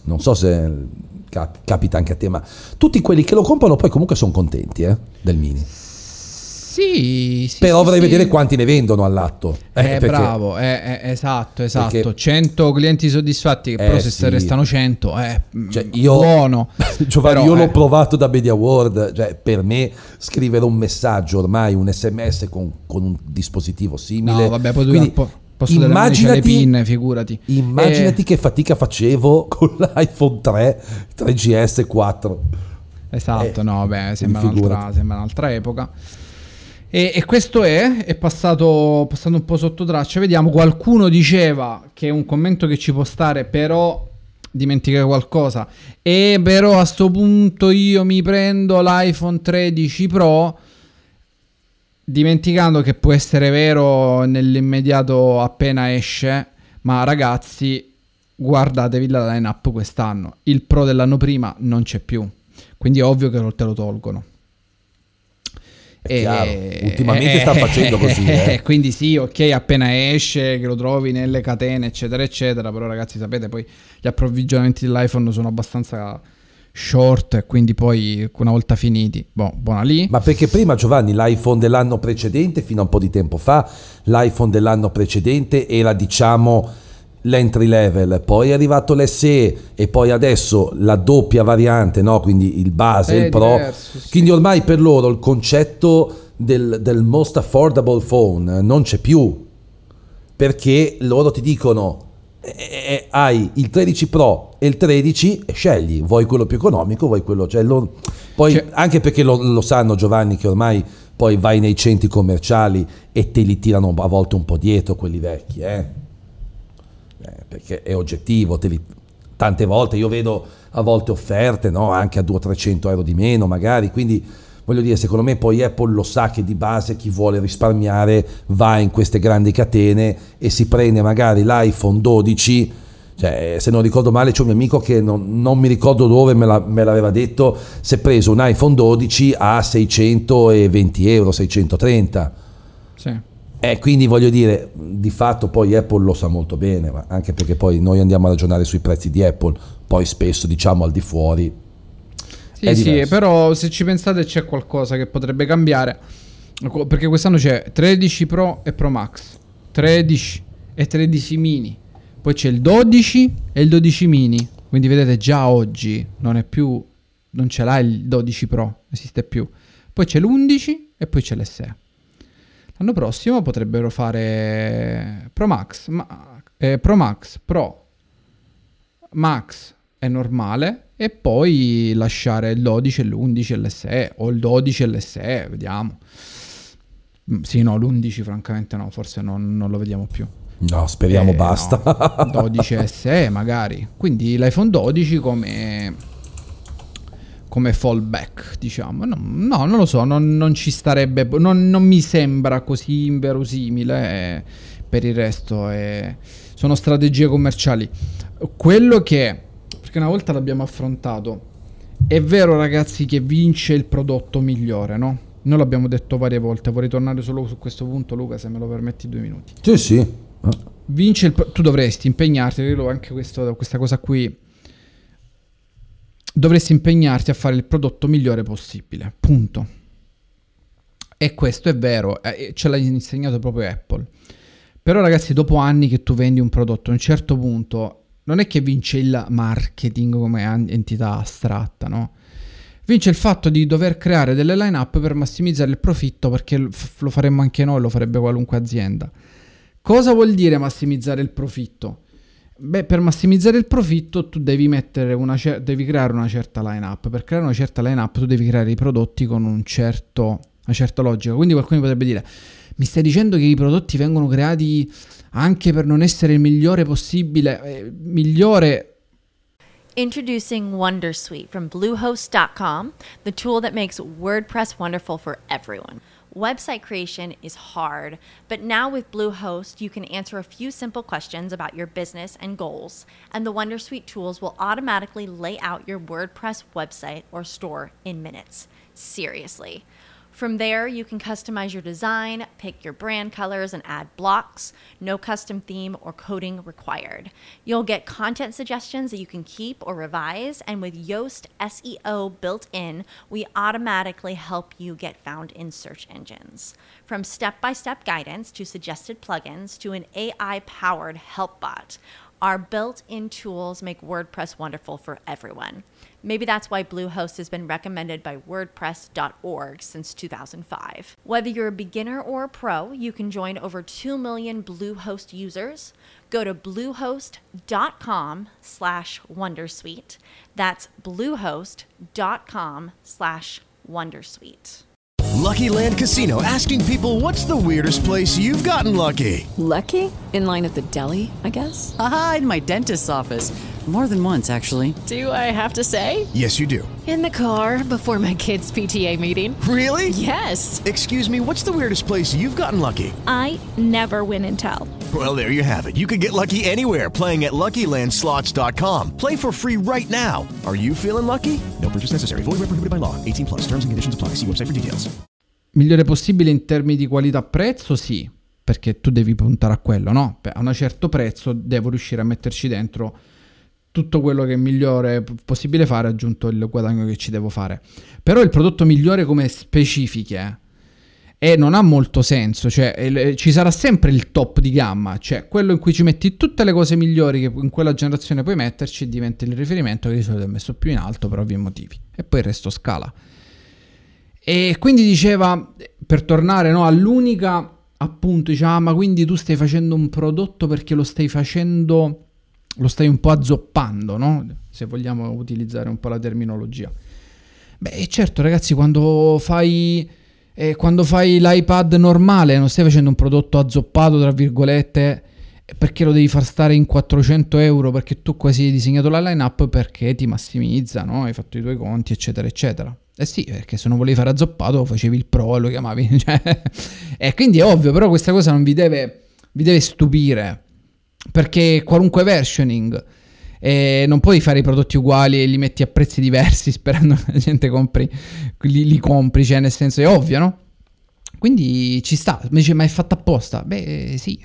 non so se cap- capita anche a te, ma tutti quelli che lo comprano poi comunque sono contenti eh, del Mini. Sì, sì, Però sì, vorrei sì. vedere quanti ne vendono all'atto. Eh, perché- bravo, eh, eh, esatto, esatto. Perché- cento clienti soddisfatti, che Eh, però se sì. restano cento, eh, Cioè, mm, io, buono. Giovanni, Però, io l'ho eh, provato da Media World, cioè per me scrivere un messaggio ormai, un sms con, con un dispositivo simile. No, vabbè, poi tu Quindi, al po- posto delle mani c'hai le pin, figurati. Immaginati Eh, che fatica facevo con l'iPhone tre, tre G S quattro. Esatto, Eh, no, beh, sembra figurati. un'altra, sembra un'altra epoca. E, e questo è, è passato, passato un po' sotto traccia. Vediamo, qualcuno diceva che è un commento che ci può stare, però dimentica qualcosa. E però a sto punto io mi prendo l'iPhone tredici Pro, dimenticando che può essere vero nell'immediato appena esce, ma ragazzi, guardatevi la line-up quest'anno. Il Pro dell'anno prima non c'è più, quindi è ovvio che te lo tolgono. È chiaro, ultimamente sta facendo così, eh. Quindi sì, ok, appena esce che lo trovi nelle catene eccetera eccetera, però ragazzi sapete poi gli approvvigionamenti dell'iPhone sono abbastanza short e quindi poi una volta finiti, boh, buona lì. Ma perché prima, Giovanni, l'iPhone dell'anno precedente, fino a un po' di tempo fa, l'iPhone dell'anno precedente era, diciamo, l'entry level, poi è arrivato l'S E e poi adesso la doppia variante, no? Quindi il base e È il Pro. diverso, sì. Quindi ormai per loro il concetto del, del most affordable phone non c'è più, perché loro ti dicono eh, eh, hai il tredici Pro e il tredici e scegli, vuoi quello più economico, vuoi quello, cioè lo- poi Cioè- anche perché lo, lo sanno, Giovanni, che ormai poi vai nei centri commerciali e te li tirano a volte un po' dietro quelli vecchi, eh Eh, perché è oggettivo, te li- tante volte io vedo a volte offerte, no? Anche a duecento trecento euro di meno magari, quindi voglio dire, secondo me poi Apple lo sa che di base chi vuole risparmiare va in queste grandi catene e si prende magari l'iPhone dodici, cioè se non ricordo male c'è un mio amico che non, non mi ricordo dove me, la- me l'aveva detto, si è preso un iPhone dodici a seicentoventi euro, seicentotrenta. Sì. Eh, quindi voglio dire, di fatto poi Apple lo sa molto bene, ma anche perché poi noi andiamo a ragionare sui prezzi di Apple, poi spesso diciamo al di fuori. Sì, è sì, diverso. però se ci pensate c'è qualcosa che potrebbe cambiare, perché quest'anno c'è tredici Pro e Pro Max, tredici e tredici mini, poi c'è il dodici e il dodici mini, quindi vedete già oggi non è più, non ce l'ha il dodici Pro, non esiste più, poi c'è l'undici e poi c'è l'S E. L'anno prossimo potrebbero fare Pro Max, ma, eh, Pro Max, Pro, Max è normale e poi lasciare il dodici e l'undici e l'S E o il dodici e l'S E, vediamo. Mm, Sì, no, l'undici francamente no, forse non, non lo vediamo più. No, speriamo Eh, basta. no, dodici S E magari. Quindi l'iPhone dodici come come fallback, diciamo. No, no, non lo so, non, non ci starebbe, non, non mi sembra così inverosimile. eh, Per il resto eh, sono strategie commerciali. Quello che, perché una volta l'abbiamo affrontato, è vero ragazzi che vince il prodotto migliore, no? Noi l'abbiamo detto varie volte, vorrei tornare solo su questo punto, Luca, se me lo permetti due minuti. Sì, sì. Vince il pro- tu dovresti impegnarti, io anche questo, questa cosa qui, dovresti impegnarti a fare il prodotto migliore possibile, punto. E questo è vero, eh, ce l'ha insegnato proprio Apple. Però ragazzi, dopo anni che tu vendi un prodotto, a un certo punto non è che vince il marketing come an- entità astratta, no? Vince il fatto di dover creare delle line-up per massimizzare il profitto, perché lo f- lo faremmo anche noi, lo farebbe qualunque azienda. Cosa vuol dire massimizzare il profitto? Beh, per massimizzare il profitto tu devi mettere una cer- devi creare una certa line-up. Per creare una certa line-up tu devi creare i prodotti con un certo, una certa logica. Quindi qualcuno potrebbe dire: mi stai dicendo che i prodotti vengono creati anche per non essere il migliore possibile? Eh, migliore... Introducing Wondersuite from Bluehost dot com, the tool that makes WordPress wonderful for everyone. Website creation is hard, but now with Bluehost, you can answer a few simple questions about your business and goals, and the Wondersuite tools will automatically lay out your WordPress website or store in minutes. Seriously. From there, you can customize your design, pick your brand colors, and add blocks. No custom theme or coding required. You'll get content suggestions that you can keep or revise, and with Yoast S E O built in, we automatically help you get found in search engines. From step-by-step guidance to suggested plugins to an A I-powered help bot, our built-in tools make WordPress wonderful for everyone. Maybe that's why Bluehost has been recommended by WordPress dot org since two thousand five. Whether you're a beginner or a pro, you can join over two million Bluehost users. Go to bluehost.com slash wondersuite. That's bluehost.com slash wondersuite. Lucky Land Casino, asking people, what's the weirdest place you've gotten lucky? Lucky? In line at the deli, I guess? Aha, in my dentist's office. More than once, actually. Do I have to say? Yes, you do. In the car before my kids' P T A meeting. Really? Yes. Excuse me, what's the weirdest place you've gotten lucky? I never win and tell. Well, there you have it. You can get lucky anywhere, playing at Lucky Land Slots dot com. Play for free right now. Are you feeling lucky? No purchase necessary. Void where prohibited by law. eighteen plus. Terms and conditions apply. See website for details. Migliore possibile in termini di qualità-prezzo, sì, perché tu devi puntare a quello, no? A un certo prezzo devo riuscire a metterci dentro tutto quello che è migliore possibile fare, aggiunto il guadagno che ci devo fare. Però il prodotto migliore come specifiche e non ha molto senso, cioè il, ci sarà sempre il top di gamma, cioè quello in cui ci metti tutte le cose migliori che in quella generazione puoi metterci e diventa il riferimento, che di solito è messo più in alto per ovvi motivi, e poi il resto scala. E quindi diceva, per tornare, no, all'unica, appunto, diceva, ah, ma quindi tu stai facendo un prodotto perché lo stai facendo, lo stai un po' azzoppando, no? Se vogliamo utilizzare un po' la terminologia. Beh, certo, ragazzi, quando fai eh, quando fai l'iPad normale non stai facendo un prodotto azzoppato, tra virgolette, perché lo devi far stare in quattrocento euro, perché tu quasi hai disegnato la line-up perché ti massimizza, no? Hai fatto i tuoi conti, eccetera, eccetera. Eh sì, perché se non volevi fare azzoppato facevi il pro e lo chiamavi, cioè, e quindi è ovvio, però questa cosa non vi deve, vi deve stupire, perché qualunque versioning, e non puoi fare i prodotti uguali e li metti a prezzi diversi sperando che la gente compri, li, li compri, cioè nel senso è ovvio, no? Quindi ci sta, mi dice, ma è fatta apposta? Beh sì,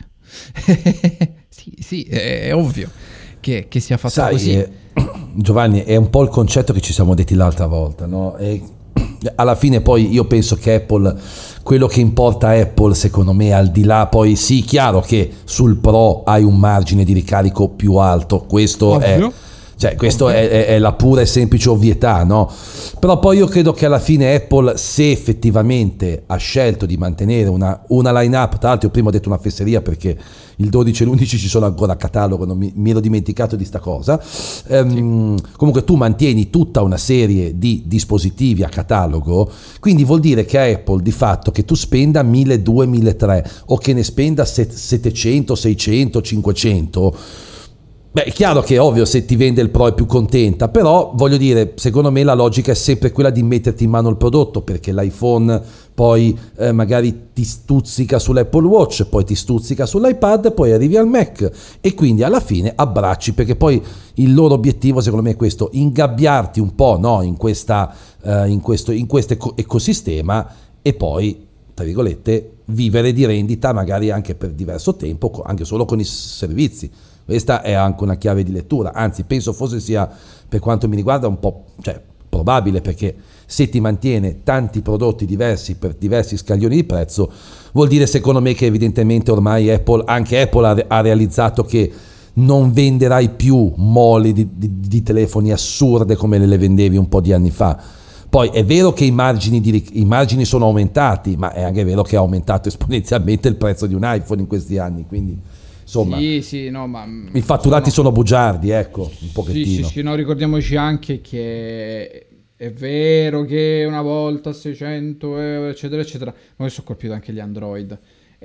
sì, sì, è ovvio che, che sia fatta Sai, così. Eh, Giovanni, è un po' il concetto che ci siamo detti l'altra volta, no? E alla fine poi io penso che Apple, quello che importa a Apple secondo me, al di là poi sì, chiaro che sul Pro hai un margine di ricarico più alto, questo ovvio. è cioè questo è, è, è la pura e semplice ovvietà, no? Però poi io credo che alla fine Apple, se effettivamente ha scelto di mantenere una, una line-up, tra l'altro io prima ho detto una fesseria perché il dodici e l'undici ci sono ancora a catalogo, non mi, mi ero dimenticato di sta cosa, ehm, sì. Comunque tu mantieni tutta una serie di dispositivi a catalogo, quindi vuol dire che a Apple di fatto che tu spenda milleduecento milletrecento o che ne spenda settecento, seicento, cinquecento, beh, è chiaro che è ovvio, se ti vende il Pro è più contenta, però voglio dire, secondo me la logica è sempre quella di metterti in mano il prodotto, perché l'iPhone poi eh, magari ti stuzzica sull'Apple Watch, poi ti stuzzica sull'iPad, poi arrivi al Mac e quindi alla fine abbracci, perché poi il loro obiettivo secondo me è questo, ingabbiarti un po', no, in questa eh, in questo in questo ecosistema e poi, tra virgolette, vivere di rendita magari anche per diverso tempo, anche solo con i servizi. Questa è anche una chiave di lettura, anzi penso forse sia, per quanto mi riguarda, un po' cioè, probabile, perché se ti mantiene tanti prodotti diversi per diversi scaglioni di prezzo, vuol dire secondo me che evidentemente ormai Apple, anche Apple ha, ha realizzato che non venderai più mole di, di, di telefoni assurde come le vendevi un po' di anni fa. Poi è vero che i margini, di, i margini sono aumentati, ma è anche vero che è aumentato esponenzialmente il prezzo di un iPhone in questi anni, quindi insomma, sì, sì, no, ma i fatturati sono, sono bugiardi, ecco, un pochettino. Sì, sì, sì, no, ricordiamoci anche che è vero che una volta seicento euro, eccetera, eccetera, ma adesso ho colpito anche gli Android.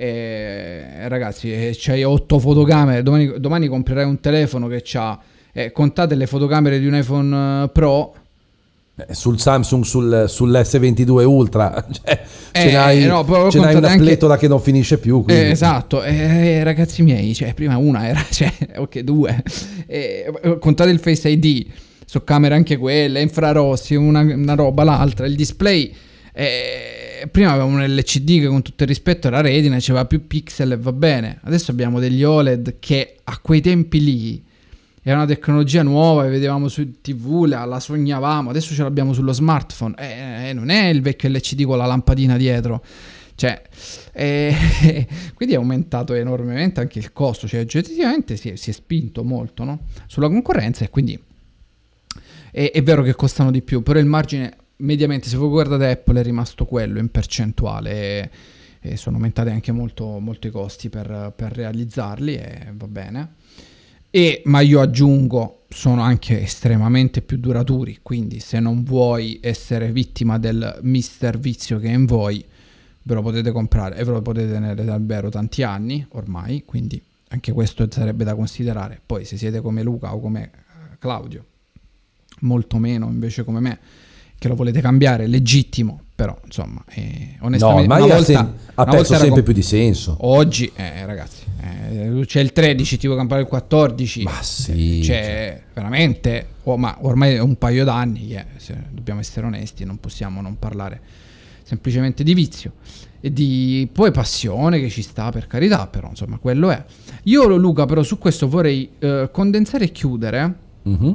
E, ragazzi, c'hai otto fotocamere, domani, domani comprerai un telefono che c'ha, eh, contate le fotocamere di un iPhone Pro, sul Samsung, sul, sull'esse ventidue Ultra, cioè, eh, ce n'hai, no, ce n'hai una anche, pletora che non finisce più, eh, esatto, eh, ragazzi miei, cioè prima una era, cioè, ok, due, eh, contate il Face I D, so camere anche quelle, infrarossi, una, una roba, l'altra, il display, eh, eh, prima avevamo un L C D che con tutto il rispetto era Retina, c'aveva più pixel e va bene. Adesso abbiamo degli O L E D che a quei tempi lì era una tecnologia nuova, che vedevamo su tivù, la, la sognavamo, adesso ce l'abbiamo sullo smartphone, eh, eh, non è il vecchio L C D con la lampadina dietro, cioè, eh, quindi è aumentato enormemente anche il costo, cioè oggettivamente si è, si è spinto molto, no? Sulla concorrenza, e quindi è, è vero che costano di più, però il margine mediamente, se voi guardate Apple, è rimasto quello in percentuale, e, e sono aumentati anche molto, molto i costi per, per realizzarli, e va bene. E, ma io aggiungo, sono anche estremamente più duraturi, quindi se non vuoi essere vittima del mister vizio che è in voi, ve lo potete comprare e ve lo potete tenere davvero tanti anni ormai, quindi anche questo sarebbe da considerare. Poi se siete come Luca o come Claudio, molto meno invece come me, che lo volete cambiare, legittimo, però insomma eh, onestamente no, ma una volta, sem- ha una perso volta sempre com- più di senso. Oggi eh, ragazzi, eh, c'è il tredici, ti vuoi comprare il quattordici, ma sì, cioè veramente, oh, ma ormai è un paio d'anni, eh, se dobbiamo essere onesti, non possiamo non parlare semplicemente di vizio e di poi passione, che ci sta, per carità, però insomma quello è. Io, Luca, però su questo vorrei eh, condensare e chiudere. Mm-hmm.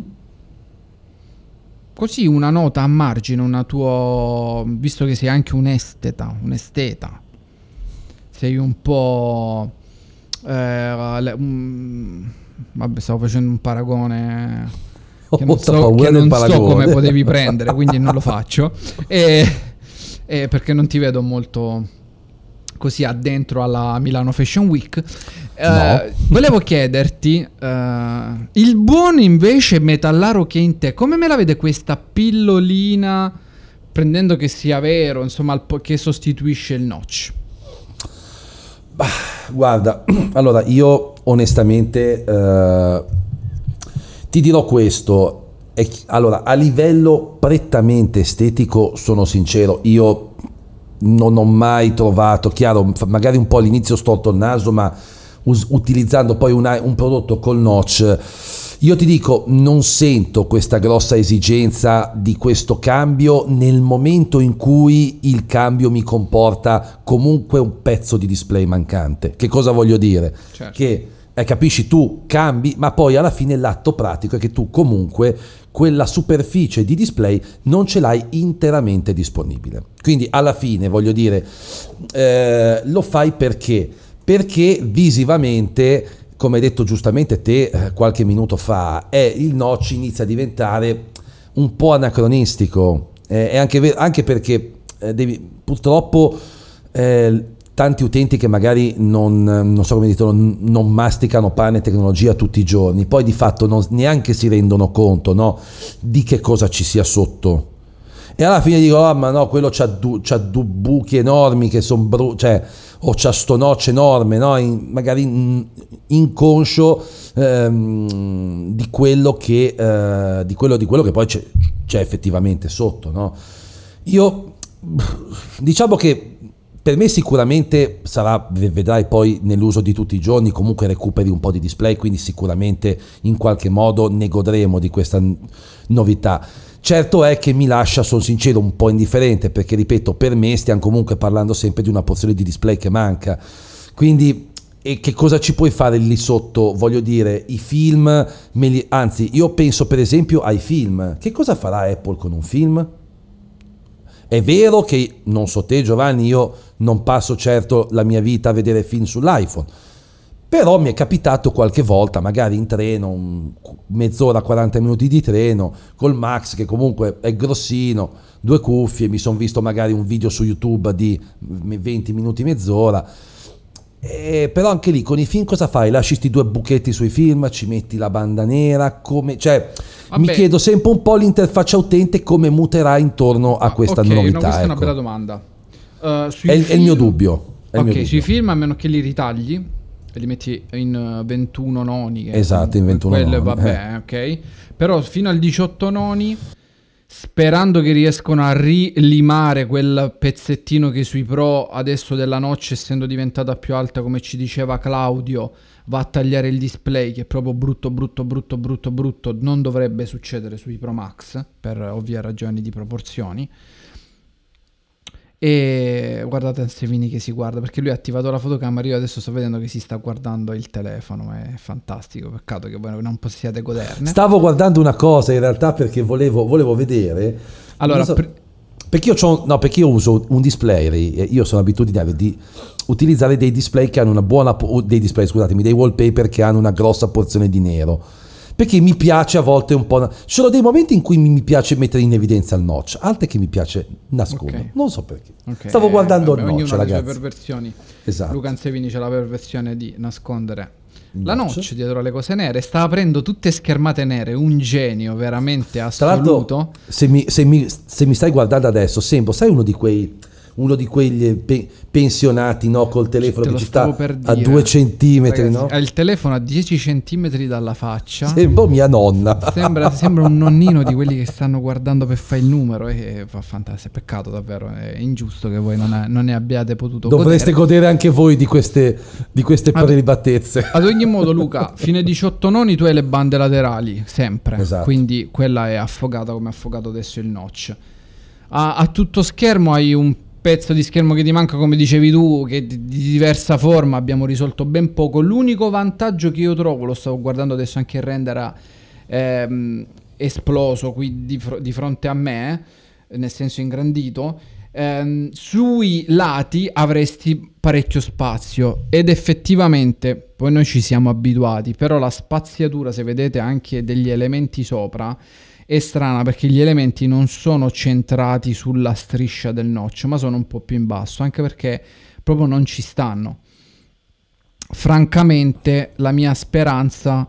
Così una nota a margine, una tua, visto che sei anche un esteta, un esteta, sei un po' eh, le, um, vabbè, stavo facendo un paragone che non, so, che non so come potevi prendere, quindi non lo faccio, e, e perché non ti vedo molto così addentro alla Milano Fashion Week. No. Uh, volevo chiederti, uh, il buon invece metallaro che è in te, come me la vede questa pillolina, prendendo che sia vero, insomma, che sostituisce il notch? Bah, guarda, allora io onestamente uh, ti dirò questo, è, allora a livello prettamente estetico sono sincero, io non ho mai trovato, chiaro, magari un po' all'inizio storto il naso, ma us- utilizzando poi una, un prodotto col notch, io ti dico, non sento questa grossa esigenza di questo cambio nel momento in cui il cambio mi comporta comunque un pezzo di display mancante. Che cosa voglio dire? Certo. Che eh, capisci, tu cambi, ma poi alla fine l'atto pratico è che tu comunque quella superficie di display non ce l'hai interamente disponibile. Quindi alla fine, voglio dire, eh, lo fai perché? Perché visivamente, come hai detto giustamente te eh, qualche minuto fa, è, il notch inizia a diventare un po' anacronistico, eh, è anche, ver- anche perché eh, devi, purtroppo eh, tanti utenti che magari non, non so come dirlo, non masticano pane e tecnologia tutti i giorni, poi di fatto non, neanche si rendono conto, no, di che cosa ci sia sotto. E alla fine dico, ah, ma no, quello c'ha, du- c'ha due buchi enormi che sono bru- cioè, o c'ha sto notch enorme, no? In, magari in, inconscio ehm, di quello che eh, di quello di quello che poi c'è, c'è effettivamente sotto, no? Io diciamo che per me sicuramente sarà, vedrai poi nell'uso di tutti i giorni, comunque recuperi un po' di display, quindi sicuramente in qualche modo ne godremo di questa novità. Certo è che mi lascia, sono sincero, un po' indifferente, perché ripeto, per me stiamo comunque parlando sempre di una porzione di display che manca, quindi e che cosa ci puoi fare lì sotto? Voglio dire, i film, me li, anzi io penso per esempio ai film, che cosa farà Apple con un film? È vero che, non so te Giovanni, io non passo certo la mia vita a vedere film sull'iPhone, però mi è capitato qualche volta, magari in treno, un mezz'ora, quaranta minuti di treno, col Max che comunque è grossino, due cuffie, mi sono visto magari un video su YouTube di venti minuti, mezz'ora, e però anche lì con i film cosa fai? Lasci sti due buchetti sui film, ci metti la banda nera, come, cioè Vabbè. Mi chiedo sempre un po' l'interfaccia utente come muterà intorno a questa okay, novità. No, questa ecco. è una bella domanda. Uh, sui è, film... è il mio dubbio. È ok, il mio dubbio. Sui film, a meno che li ritagli e li metti in ventuno noni. Esatto, in ventuno quelle, noni. Vabbè, eh. ok. Però fino al diciotto noni, sperando che riescono a rilimare quel pezzettino che sui Pro adesso della notch, essendo diventata più alta, come ci diceva Claudio, va a tagliare il display, che è proprio brutto, brutto, brutto, brutto, brutto. Non dovrebbe succedere sui Pro Max, per ovvie ragioni di proporzioni. E guardate Ansevini che si guarda, perché lui ha attivato la fotocamera. Io adesso sto vedendo che si sta guardando il telefono, è fantastico, peccato che voi non possiate goderne. Stavo guardando una cosa in realtà perché volevo, volevo vedere. Allora, so, pr- perché, io c'ho, no, perché io uso un display, io sono abitudinario di utilizzare dei display che hanno una buona, dei display, scusatemi, dei wallpaper che hanno una grossa porzione di nero. Perché mi piace a volte un po'. Ci sono dei momenti in cui mi piace mettere in evidenza il notch, altri che mi piace nascondere. Okay. Non so perché. Okay. Stavo guardando eh, vabbè, il notch, ragazzi. Ognuno ha le sue perversioni. Esatto. Luca Ansevini c'ha la perversione di nascondere la notch. notch dietro le cose nere. Sta aprendo tutte schermate nere. Un genio veramente assoluto. Tra l'altro, se mi, se mi, se mi stai guardando adesso, sembro, sai, uno di quei. Uno di quegli pe- pensionati, no, col telefono che ci sta a due centimetri. Ragazzi, no? Ha il telefono a dieci centimetri dalla faccia. Sembra mia nonna. Sembra, sembra un nonnino di quelli che stanno guardando per fare il numero. E fa fantastico. Peccato, davvero. È ingiusto che voi non, è, non ne abbiate potuto Dovreste godere. godere anche voi di queste, di queste prelibatezze. Ad ogni modo, Luca, fine diciotto noni tu hai le bande laterali, sempre. Esatto. Quindi quella è affogata come è affogato adesso il notch. A, a tutto schermo hai un pezzo di schermo che ti manca, come dicevi tu, che di diversa forma abbiamo risolto ben poco. L'unico vantaggio che io trovo, lo stavo guardando adesso, anche il render ha ehm, esploso qui di, fr- di fronte a me, nel senso ingrandito, ehm, sui lati avresti parecchio spazio ed effettivamente poi noi ci siamo abituati, però la spaziatura, se vedete anche degli elementi sopra, è strana, perché gli elementi non sono centrati sulla striscia del notch, ma sono un po' più in basso, anche perché proprio non ci stanno. Francamente la mia speranza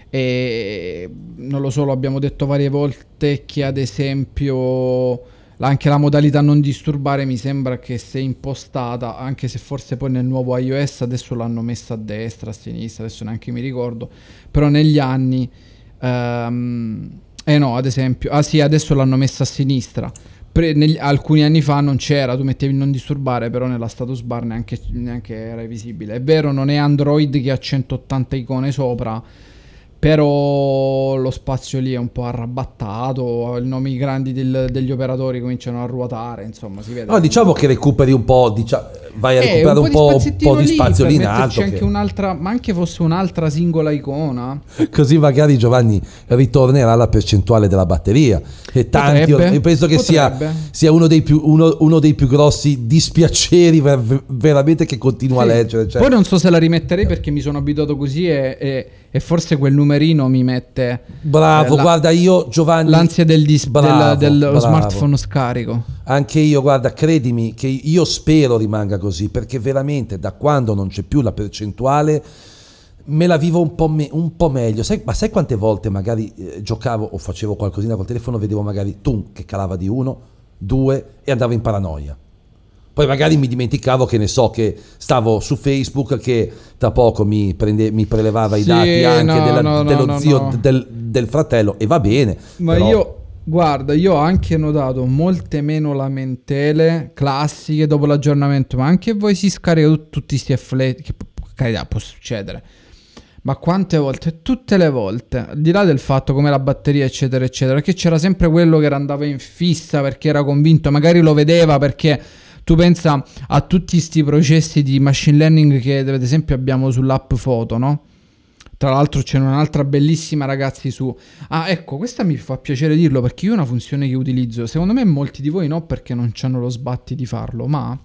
è, non lo so, lo abbiamo detto varie volte, che ad esempio anche la modalità non disturbare mi sembra che sia impostata, anche se forse poi nel nuovo iOS adesso l'hanno messa a destra, a sinistra, adesso neanche mi ricordo, però negli anni um, Eh no, ad esempio, ah sì, adesso l'hanno messa a sinistra. Pre- negli, alcuni anni fa non c'era, tu mettevi il non disturbare, però nella status bar neanche, neanche era visibile. È vero, non è Android che ha centottanta icone sopra, però lo spazio lì è un po' arrabattato, i nomi grandi del, degli operatori cominciano a ruotare, insomma, si vede. No, diciamo che recuperi un po', diciamo, vai a eh, recuperare un po', un po' di spazio lì in alto. C'è anche un'altra, ma anche fosse un'altra singola icona. Così magari, Giovanni, ritornerà la percentuale della batteria. E tanti, potrebbe, io penso che sia, sia uno dei più uno, uno dei più grossi dispiaceri ver- veramente che continua sì. a leggere. Cioè. Poi non so se la rimetterei perché mi sono abituato così e, e, e forse quel numerino mi mette bravo, eh, la, guarda, io Giovanni l'ansia del, dis- bravo, del, dello bravo. smartphone scarico. Anche io, guarda, credimi che io spero rimanga così, perché veramente da quando non c'è più la percentuale me la vivo un po', me- un po' meglio. Sai, ma sai quante volte magari eh, giocavo o facevo qualcosina col telefono, vedevo magari tum che calava di uno, due e andavo in paranoia. Poi magari mi dimenticavo, che ne so, che stavo su Facebook, che tra poco mi, prende, mi prelevava sì, i dati anche no, della, no, dello no, zio no. Del, del fratello, e va bene. Ma però... io, guarda, io ho anche notato molte meno lamentele classiche dopo l'aggiornamento, ma anche voi si scarica tut- tutti sti affletti, che carità può succedere. Ma quante volte? Tutte le volte, al di là del fatto come la batteria eccetera eccetera, perché c'era sempre quello che andava in fissa perché era convinto, magari lo vedeva, perché tu pensa a tutti sti processi di machine learning che ad esempio abbiamo sull'app foto, no? Tra l'altro c'è un'altra bellissima, ragazzi, su... Ah, ecco, questa mi fa piacere dirlo, perché io è una funzione che utilizzo, secondo me molti di voi no, perché non c'hanno lo sbatti di farlo, ma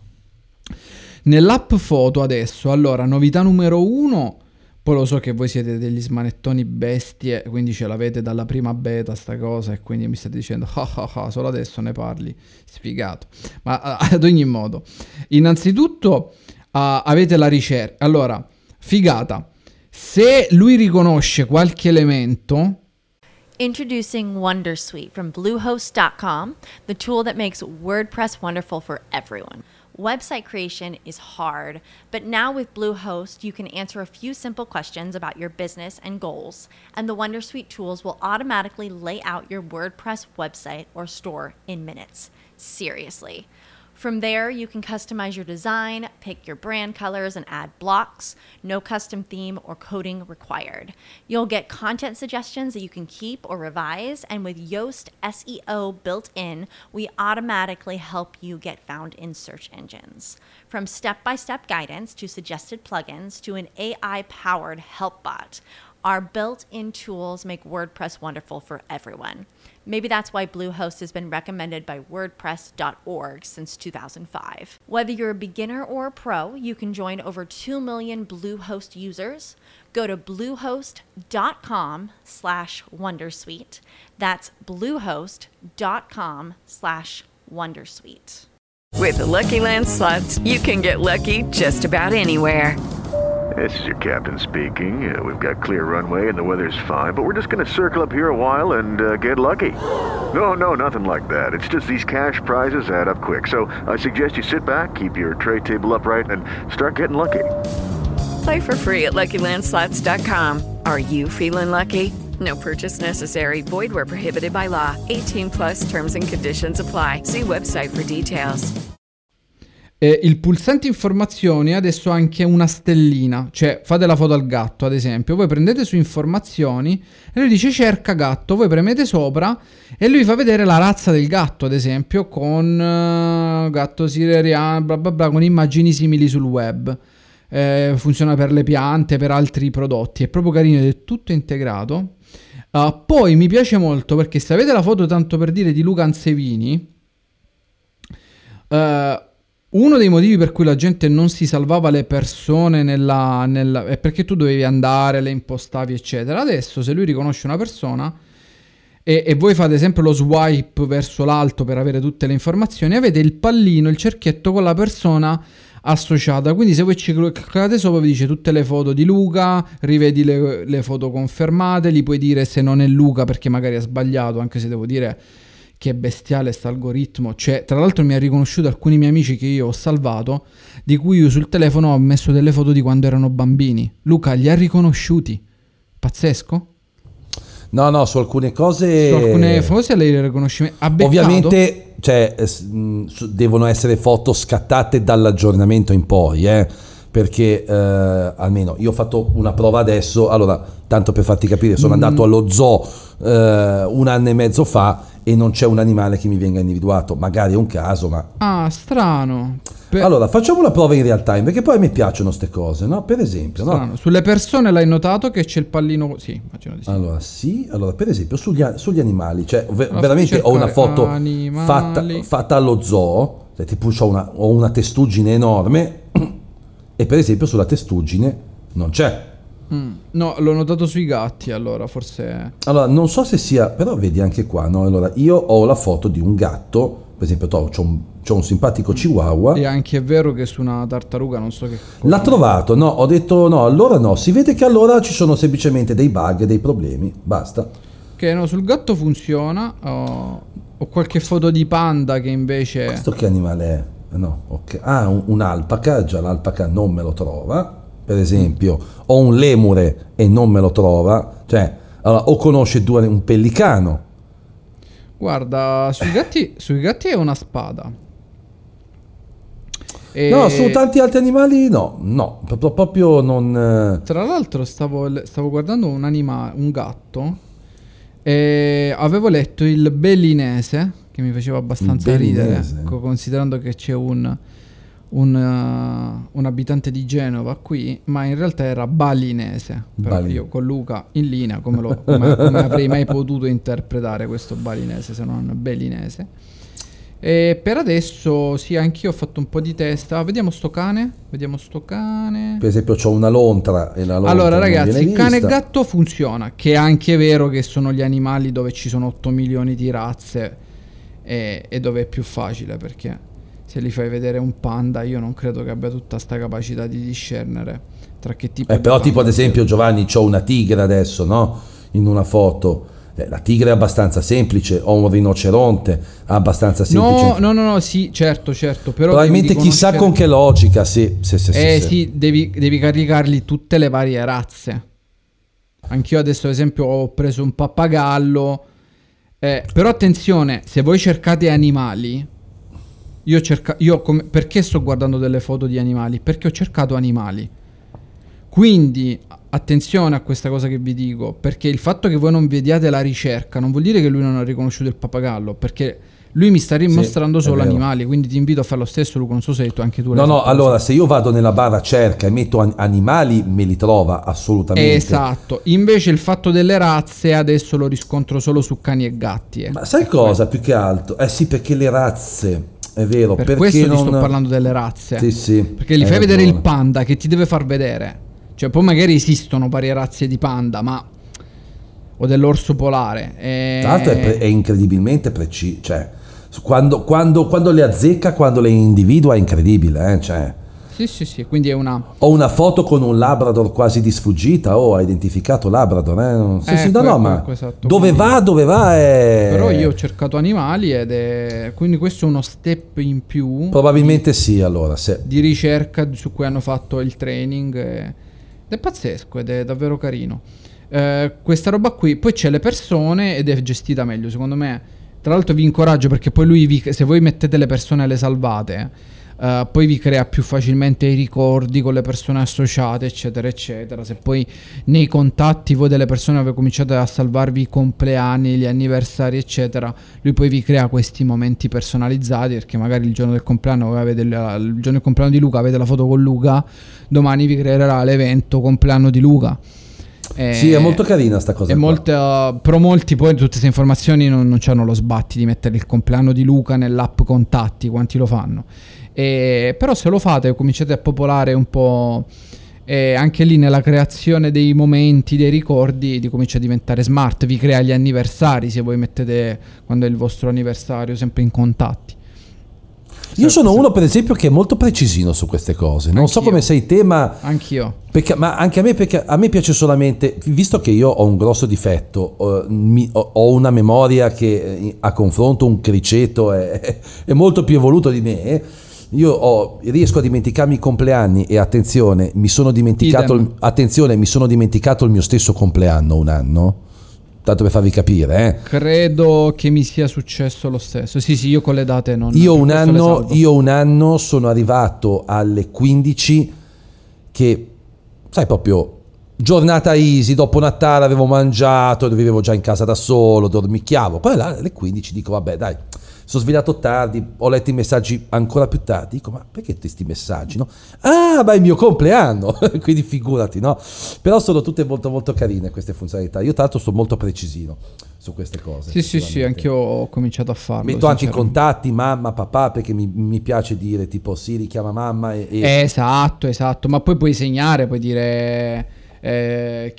nell'app foto adesso, allora, novità numero uno... Poi lo so che voi siete degli smanettoni bestie, quindi ce l'avete dalla prima beta sta cosa, e quindi mi state dicendo ah ah ah, solo adesso ne parli, sfigato. Ma ad ogni modo, innanzitutto uh, avete la ricerca. Allora, figata, se lui riconosce qualche elemento... Introducing Wondersuite from Bluehost dot com, the tool that makes WordPress wonderful for everyone. Website creation is hard, but now with Bluehost, you can answer a few simple questions about your business and goals, and the Wondersuite tools will automatically lay out your WordPress website or store in minutes. Seriously. From there, you can customize your design, pick your brand colors, and add blocks. No custom theme or coding required. You'll get content suggestions that you can keep or revise, and with Yoast S E O built in, we automatically help you get found in search engines. From step-by-step guidance to suggested plugins to an A I-powered help bot, our built-in tools make WordPress wonderful for everyone. Maybe that's why Bluehost has been recommended by WordPress dot org since two thousand five. Whether you're a beginner or a pro, you can join over two million Bluehost users. Go to bluehost.com slash wondersuite. That's bluehost.com slash wondersuite. With the Lucky Land Slots, you can get lucky just about anywhere. This is your captain speaking. Uh, we've got clear runway and the weather's fine, but we're just going to circle up here a while and uh, get lucky. No, no, nothing like that. It's just these cash prizes add up quick. So I suggest you sit back, keep your tray table upright, and start getting lucky. Play for free at lucky land slots dot com. Are you feeling lucky? No purchase necessary. Void where prohibited by law. eighteen plus terms and conditions apply. See website for details. Eh, il pulsante informazioni adesso ha anche una stellina, cioè fate la foto al gatto ad esempio, voi prendete su informazioni e lui dice cerca gatto, voi premete sopra e lui fa vedere la razza del gatto ad esempio con uh, gatto sireriano bla bla bla con immagini simili sul web. Eh, funziona per le piante, per altri prodotti, è proprio carino ed è tutto integrato. Uh, poi mi piace molto perché se avete la foto tanto per dire di Luca Ansevini, uh, uno dei motivi per cui la gente non si salvava le persone nella, nella, è perché tu dovevi andare, le impostavi eccetera. Adesso se lui riconosce una persona e, e voi fate sempre lo swipe verso l'alto per avere tutte le informazioni, avete il pallino, il cerchietto con la persona associata, quindi se voi ci cliccate sopra vi dice tutte le foto di Luca, rivedi le, le foto confermate, gli puoi dire se non è Luca perché magari ha sbagliato, anche se devo dire che è bestiale sta algoritmo. Cioè, tra l'altro mi ha riconosciuto alcuni miei amici che io ho salvato, di cui io sul telefono ho messo delle foto di quando erano bambini. Luca li ha riconosciuti. Pazzesco? No, no, su alcune cose... Su alcune cose lei le riconosce... Ovviamente, cioè, devono essere foto scattate dall'aggiornamento in poi, eh? Perché eh, almeno io ho fatto una prova adesso, allora, tanto per farti capire, sono mm. andato allo zoo eh, un anno e mezzo fa e non c'è un animale che mi venga individuato, magari è un caso, ma... Ah, strano. Per... Allora, facciamo una prova in real time, perché poi a me piacciono ste cose, no? Per esempio, strano. No? Sulle persone l'hai notato che c'è il pallino... Sì, immagino di sì. Allora, sì, allora, per esempio, sugli, sugli animali, cioè, ve- veramente ho una foto fatta, fatta allo zoo, cioè, tipo c'ho una, ho una testuggine enorme e per esempio sulla testuggine non c'è. Mm. No, l'ho notato sui gatti, allora forse... Allora, non so se sia... Però vedi anche qua, no? Allora, io ho la foto di un gatto, per esempio, to, c'ho, un, c'ho un simpatico chihuahua. E anche è vero che su una tartaruga non so che... L'ha trovato, no? Ho detto no, allora no. Si vede che allora ci sono semplicemente dei bug, dei problemi, basta. Che no, sul gatto funziona. Ho, ho qualche foto di panda che invece... Questo che animale è? No, ok. Ah, un, un'alpaca, già l'alpaca non me lo trova. Per esempio, ho un lemure e non me lo trova, cioè, allora, o conosce due, un pellicano. Guarda, sui gatti, sui gatti è una spada. E... No, su tanti altri animali no, no, proprio non... Tra l'altro stavo, stavo guardando un anima, un gatto, e avevo letto il bellinese, che mi faceva abbastanza ridere, considerando che c'è un... Un, uh, un abitante di Genova qui, ma in realtà era balinese. Però Bali. Io con Luca in linea come, lo, come, come avrei mai potuto interpretare questo balinese se non bellinese. E per adesso sì, anch'io ho fatto un po' di test. Ah, vediamo sto cane, vediamo sto cane. Per esempio c'ho una lontra e la lontra allora ragazzi, il cane e gatto funziona, che è anche vero che sono gli animali dove ci sono otto milioni di razze e, e dove è più facile, perché se li fai vedere un panda, io non credo che abbia tutta sta capacità di discernere tra che tipo eh, di però tipo ad sia. esempio Giovanni, c'ho una tigre adesso, no? In una foto. Eh, la tigre è abbastanza semplice, ho un rinoceronte abbastanza semplice. No, no, no, no, sì, certo, certo. Però probabilmente chissà con che logica, sì, sì, sì, eh sì, sì, devi, devi caricarli tutte le varie razze. Anch'io adesso ad esempio ho preso un pappagallo, eh, però attenzione, se voi cercate animali, Io, cerca- io come- perché sto guardando delle foto di animali? Perché ho cercato animali. Quindi attenzione a questa cosa che vi dico, perché il fatto che voi non vediate la ricerca non vuol dire che lui non ha riconosciuto il pappagallo, perché lui mi sta rimostrando Sì, solo è vero. animali, quindi ti invito a fare lo stesso, Luca, non so se hai detto anche tu. No, l'hai no, fatto allora così. se io vado nella barra cerca e metto an- animali, me li trova assolutamente. Esatto, invece il fatto delle razze adesso lo riscontro solo su cani e gatti. Ecco. Ma sai cosa più che altro? Eh sì, perché le razze, è vero, Per perché questo non... ti sto parlando delle razze. Sì, sì. Perché gli hai fai vedere ragione. il panda che ti deve far vedere. Cioè, poi magari esistono varie razze di panda, ma... o dell'orso polare. E... Tra l'altro è, pre- è incredibilmente preciso, cioè quando, quando, quando le azzecca, quando le individua è incredibile, eh? Cioè, Sì, sì, sì, quindi è una... ho una foto con un Labrador quasi di sfuggita, oh, ha identificato Labrador, eh? Sì, Eh, sì, no, que- no, que- ma esatto, dove quindi- va, dove va è... Però io ho cercato animali ed è... Quindi questo è uno step in più Probabilmente sì, allora, se... di ricerca su cui hanno fatto il training. e- Ed è pazzesco ed è davvero carino. Eh, questa roba qui, poi c'è le persone ed è gestita meglio, secondo me. Tra l'altro vi incoraggio perché poi lui, vi, se voi mettete le persone e le salvate, eh, poi vi crea più facilmente i ricordi con le persone associate, eccetera, eccetera. Se poi nei contatti voi delle persone avete cominciato a salvarvi i compleanni, gli anniversari, eccetera, lui poi vi crea questi momenti personalizzati, perché magari il giorno del compleanno voi avete il, il giorno del compleanno di Luca, avete la foto con Luca, domani vi creerà l'evento compleanno di Luca. Eh, Sì, è molto carina sta cosa e qua. molte, uh, però molti poi tutte queste informazioni non, non hanno lo sbatti di mettere il compleanno di Luca nell'app contatti, quanti lo fanno. E, però se lo fate cominciate a popolare un po', e anche lì nella creazione dei momenti, dei ricordi, di comincia a diventare smart, vi crea gli anniversari se voi mettete quando è il vostro anniversario sempre in contatti. Io sono uno per esempio che è molto precisino su queste cose, non so Anch'io. come sei te, ma... Anch'io. Perché, ma anche a me, perché a me piace solamente, visto che io ho un grosso difetto, eh, mi- ho, ho una memoria che eh, a confronto un criceto è, è molto più evoluto di me, io ho, riesco a dimenticarmi i compleanni e attenzione, mi sono dimenticato, Idem. il, attenzione, mi sono dimenticato il mio stesso compleanno un anno, tanto per farvi capire, eh. Credo che mi sia successo lo stesso. Sì, sì, io con le date non... Io per un, questo le anno, salvo. io un anno sono arrivato alle quindici che, sai, proprio giornata easy, dopo Natale avevo mangiato, vivevo già in casa da solo, dormicchiavo. Poi là, alle quindici dico, vabbè dai, sono svegliato tardi, ho letto i messaggi ancora più tardi, dico, ma perché questi messaggi, no? Ah, ma è il mio compleanno, quindi figurati, no? Però sono tutte molto molto carine queste funzionalità. Io tra l'altro sono molto precisino su queste cose. Sì, sì, sì, sicuramente. anch'io ho cominciato a farlo. Metto anche i sinceramente. contatti, mamma, papà, perché mi, mi piace dire tipo sì, richiama mamma e... e- Esatto, esatto, ma poi puoi segnare, puoi dire eh,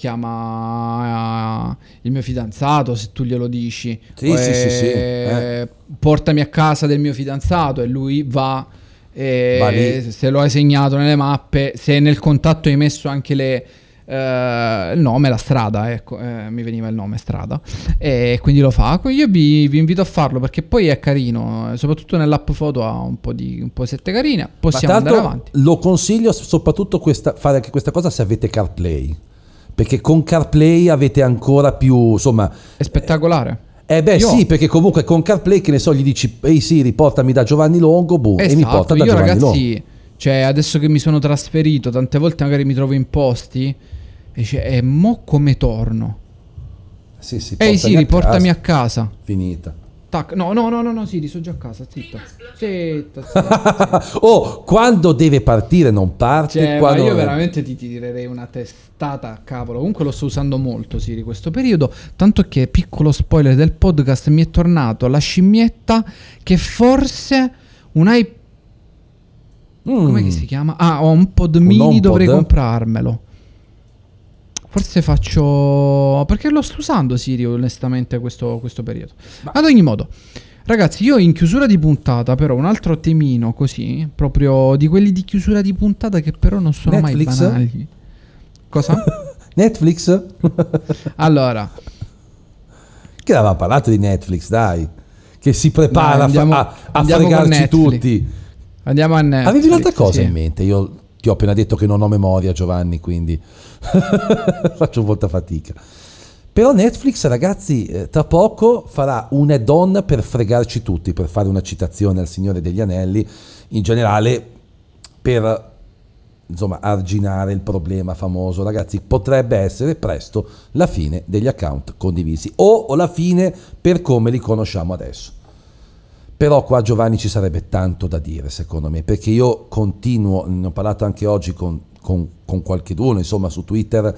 chiama eh, il mio fidanzato se tu glielo dici. Sì, O, sì, sì, sì, eh, eh. portami a casa del mio fidanzato e lui va, e Va lì. se lo hai segnato nelle mappe, se nel contatto hai messo anche le... eh, il nome, la strada, ecco, eh, mi veniva il nome strada, e quindi lo fa. Io vi, vi invito a farlo perché poi è carino, eh, soprattutto nell'app foto ha un po' di un po' sette carine, Ma possiamo tra andare l'altro avanti. lo consiglio soprattutto questa, fare anche questa cosa se avete CarPlay, perché con CarPlay avete ancora più, insomma... È spettacolare. Eh beh Io- sì, perché comunque con CarPlay, che ne so, gli dici ehi sì, riportami da Giovanni Longo, boom, e mi Esatto, porta da io Giovanni Longo. ragazzi, cioè adesso che mi sono trasferito, tante volte magari mi trovo in posti e dice, e mo come torno? Sì, sì, Ehi portami sì, a riportami casa. a casa. Finita. Tac. No, no, no, no, no, Siri, sono già a casa, zitto. Zitto, zitto. Oh, quando deve partire non parte, Cioè, ma quando... io veramente ti tirerei una testata a cavolo. Comunque lo sto usando molto, Siri, questo periodo. Tanto che, piccolo spoiler del podcast, mi è tornato la scimmietta che forse un iPod... Mm. Com'è che si chiama? Ah, ho un pod Un mini, HomePod? dovrei comprarmelo. Forse faccio... Perché lo sto usando Siri onestamente questo, questo periodo. Ad ogni modo, ragazzi, io in chiusura di puntata però un altro temino così, proprio di quelli di chiusura di puntata che però non sono Netflix? mai banali. Cosa? Netflix? Allora, Che aveva parlato di Netflix, dai. Che si prepara Dai, andiamo- a, a andiamo con fregarci Netflix. tutti. andiamo a Netflix. Avevi un'altra cosa sì. in mente? Io ti ho appena detto che non ho memoria, Giovanni, quindi faccio molta fatica. Però Netflix, ragazzi, eh, tra poco farà un add-on per fregarci tutti, per fare una citazione al Signore degli Anelli, in generale per, insomma, arginare il problema famoso. Ragazzi, potrebbe essere presto la fine degli account condivisi o, o la fine per come li conosciamo adesso. Però qua, Giovanni, ci sarebbe tanto da dire, secondo me, perché io continuo, ne ho parlato anche oggi con, con, con qualcheduno, insomma, su Twitter.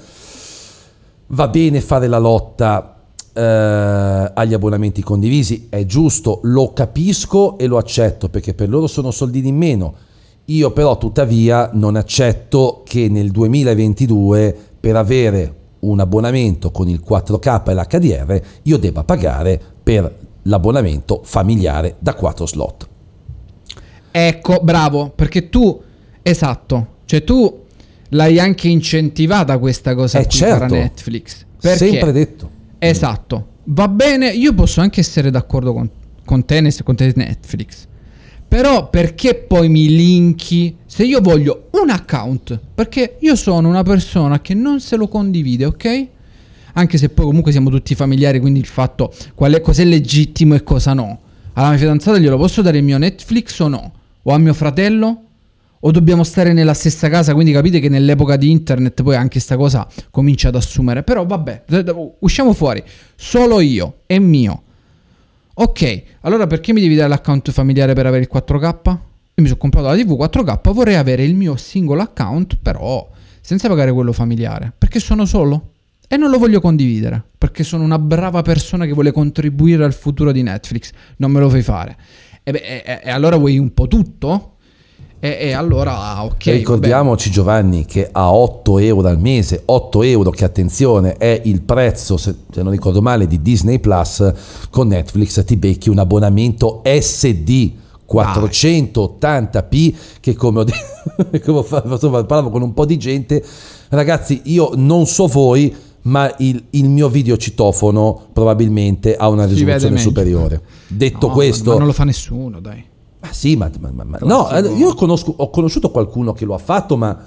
Va bene fare la lotta eh, agli abbonamenti condivisi, è giusto, lo capisco e lo accetto, perché per loro sono soldini in meno. Io però tuttavia non accetto che nel duemilaventidue per avere un abbonamento con il quattro K e l'H D R io debba pagare per l'abbonamento familiare da quattro slot. Ecco, bravo, perché tu, esatto, cioè tu l'hai anche incentivata questa cosa eh qui certo, per Netflix. Perché, sempre detto. Esatto, va bene, io posso anche essere d'accordo con, con te, con te Netflix. Però perché poi mi linki se io voglio un account? Perché io sono una persona che non se lo condivide, ok? Anche se poi comunque siamo tutti familiari, quindi il fatto qual è, cos'è legittimo e cosa no. Alla mia fidanzata glielo posso dare il mio Netflix o no? O a mio fratello? O dobbiamo stare nella stessa casa? Quindi capite che nell'epoca di internet poi anche sta cosa comincia ad assumere. Però vabbè, usciamo fuori. Solo io, è mio. Ok, allora perché mi devi dare l'account familiare per avere il quattro K? Io mi sono comprato la tivù quattro K, vorrei avere il mio singolo account, però senza pagare quello familiare. Perché sono solo? E non lo voglio condividere, perché sono una brava persona che vuole contribuire al futuro di Netflix. Non me lo fai fare. E, beh, e, e allora vuoi un po' tutto? E, e allora ok. Ricordiamoci, vabbè, Giovanni, che a otto euro al mese, otto euro che, attenzione, è il prezzo, se, se non ricordo male, di Disney Plus, con Netflix ti becchi un abbonamento S D quattrocentottanta p che, come ho detto, come ho fatto, parlavo con un po' di gente, ragazzi, io non so voi, ma il, il mio videocitofono probabilmente ha una risoluzione superiore. Detto no, questo, ma non lo fa nessuno, dai. Ah, sì, ma, ma, ma no, io conosco, ho conosciuto qualcuno che lo ha fatto, ma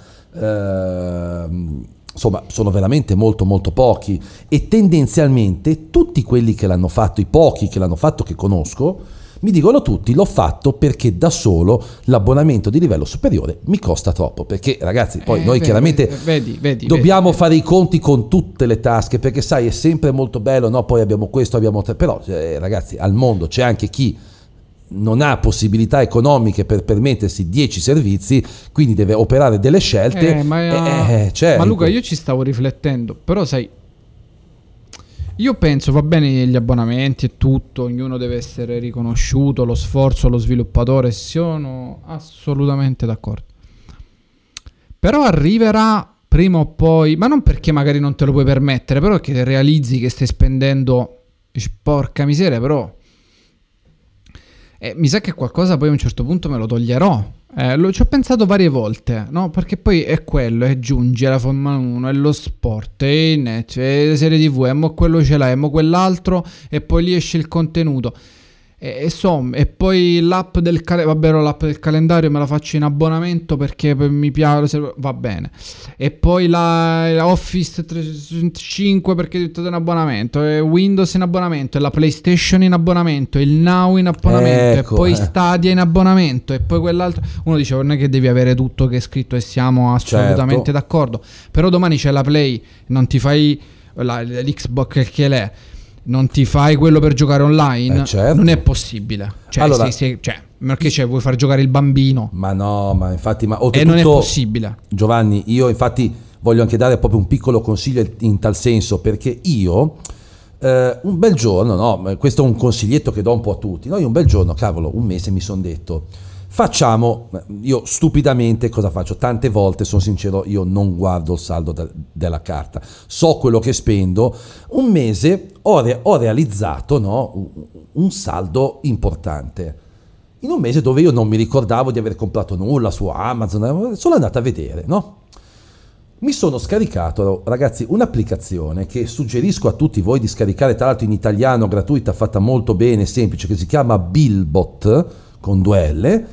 eh, insomma sono veramente molto molto pochi, e tendenzialmente tutti quelli che l'hanno fatto, i pochi che l'hanno fatto che conosco, mi dicono tutti: l'ho fatto perché da solo l'abbonamento di livello superiore mi costa troppo. Perché, ragazzi, poi eh, noi vedi, chiaramente vedi, vedi, dobbiamo vedi, fare i conti con tutte le tasche, perché sai, è sempre molto bello, no? Poi abbiamo questo, abbiamo tre, però eh, ragazzi, al mondo c'è anche chi non ha possibilità economiche per permettersi dieci servizi, quindi deve operare delle scelte. Eh, ma, eh, eh, cioè, ma Luca, io ci stavo riflettendo, però sai, io penso, va bene gli abbonamenti e tutto, ognuno deve essere riconosciuto, lo sforzo, lo sviluppatore, sono assolutamente d'accordo. Però arriverà prima o poi, ma non perché magari non te lo puoi permettere, però che realizzi che stai spendendo, dici, porca miseria, però eh, mi sa che qualcosa poi a un certo punto me lo toglierò. Eh, lo, ci ho pensato varie volte, no? Perché poi è quello, è giunge la Formula uno, è lo sport, è il net, è le serie tv, e mo quello ce l'hai, e mo quell'altro, e poi lì esce il contenuto. E, insomma, e poi l'app del calendario, vabbè, l'app del calendario me la faccio in abbonamento perché mi piace, va bene. E poi la, la Office trecentosessantacinque perché è tutto in abbonamento, e Windows in abbonamento, e la PlayStation in abbonamento, e il Now in abbonamento, ecco, e poi eh. Stadia in abbonamento, e poi quell'altro. Uno dice, non è che devi avere tutto che è scritto, e siamo assolutamente certo. d'accordo. Però domani c'è la Play, non ti fai la, l'Xbox che l'è, non ti fai quello per giocare online, eh certo. non è possibile. Cioè, allora, se, se, cioè perché cioè, vuoi far giocare il bambino? Ma no, ma infatti, ma e non è possibile. Giovanni, io infatti voglio anche dare proprio un piccolo consiglio in tal senso, perché io eh, un bel giorno, no, questo è un consiglietto che do un po' a tutti, no? Io un bel giorno, cavolo, un mese mi sono detto, facciamo, io stupidamente cosa faccio? Tante volte, sono sincero, io non guardo il saldo de- della carta, so quello che spendo. Un mese ho, re- ho realizzato, no, un, un saldo importante, in un mese dove io non mi ricordavo di aver comprato nulla su Amazon, sono andato a vedere, no? Mi sono scaricato, ragazzi, un'applicazione che suggerisco a tutti voi di scaricare, tra l'altro in italiano, gratuita, fatta molto bene, semplice, che si chiama Billbot, con due L,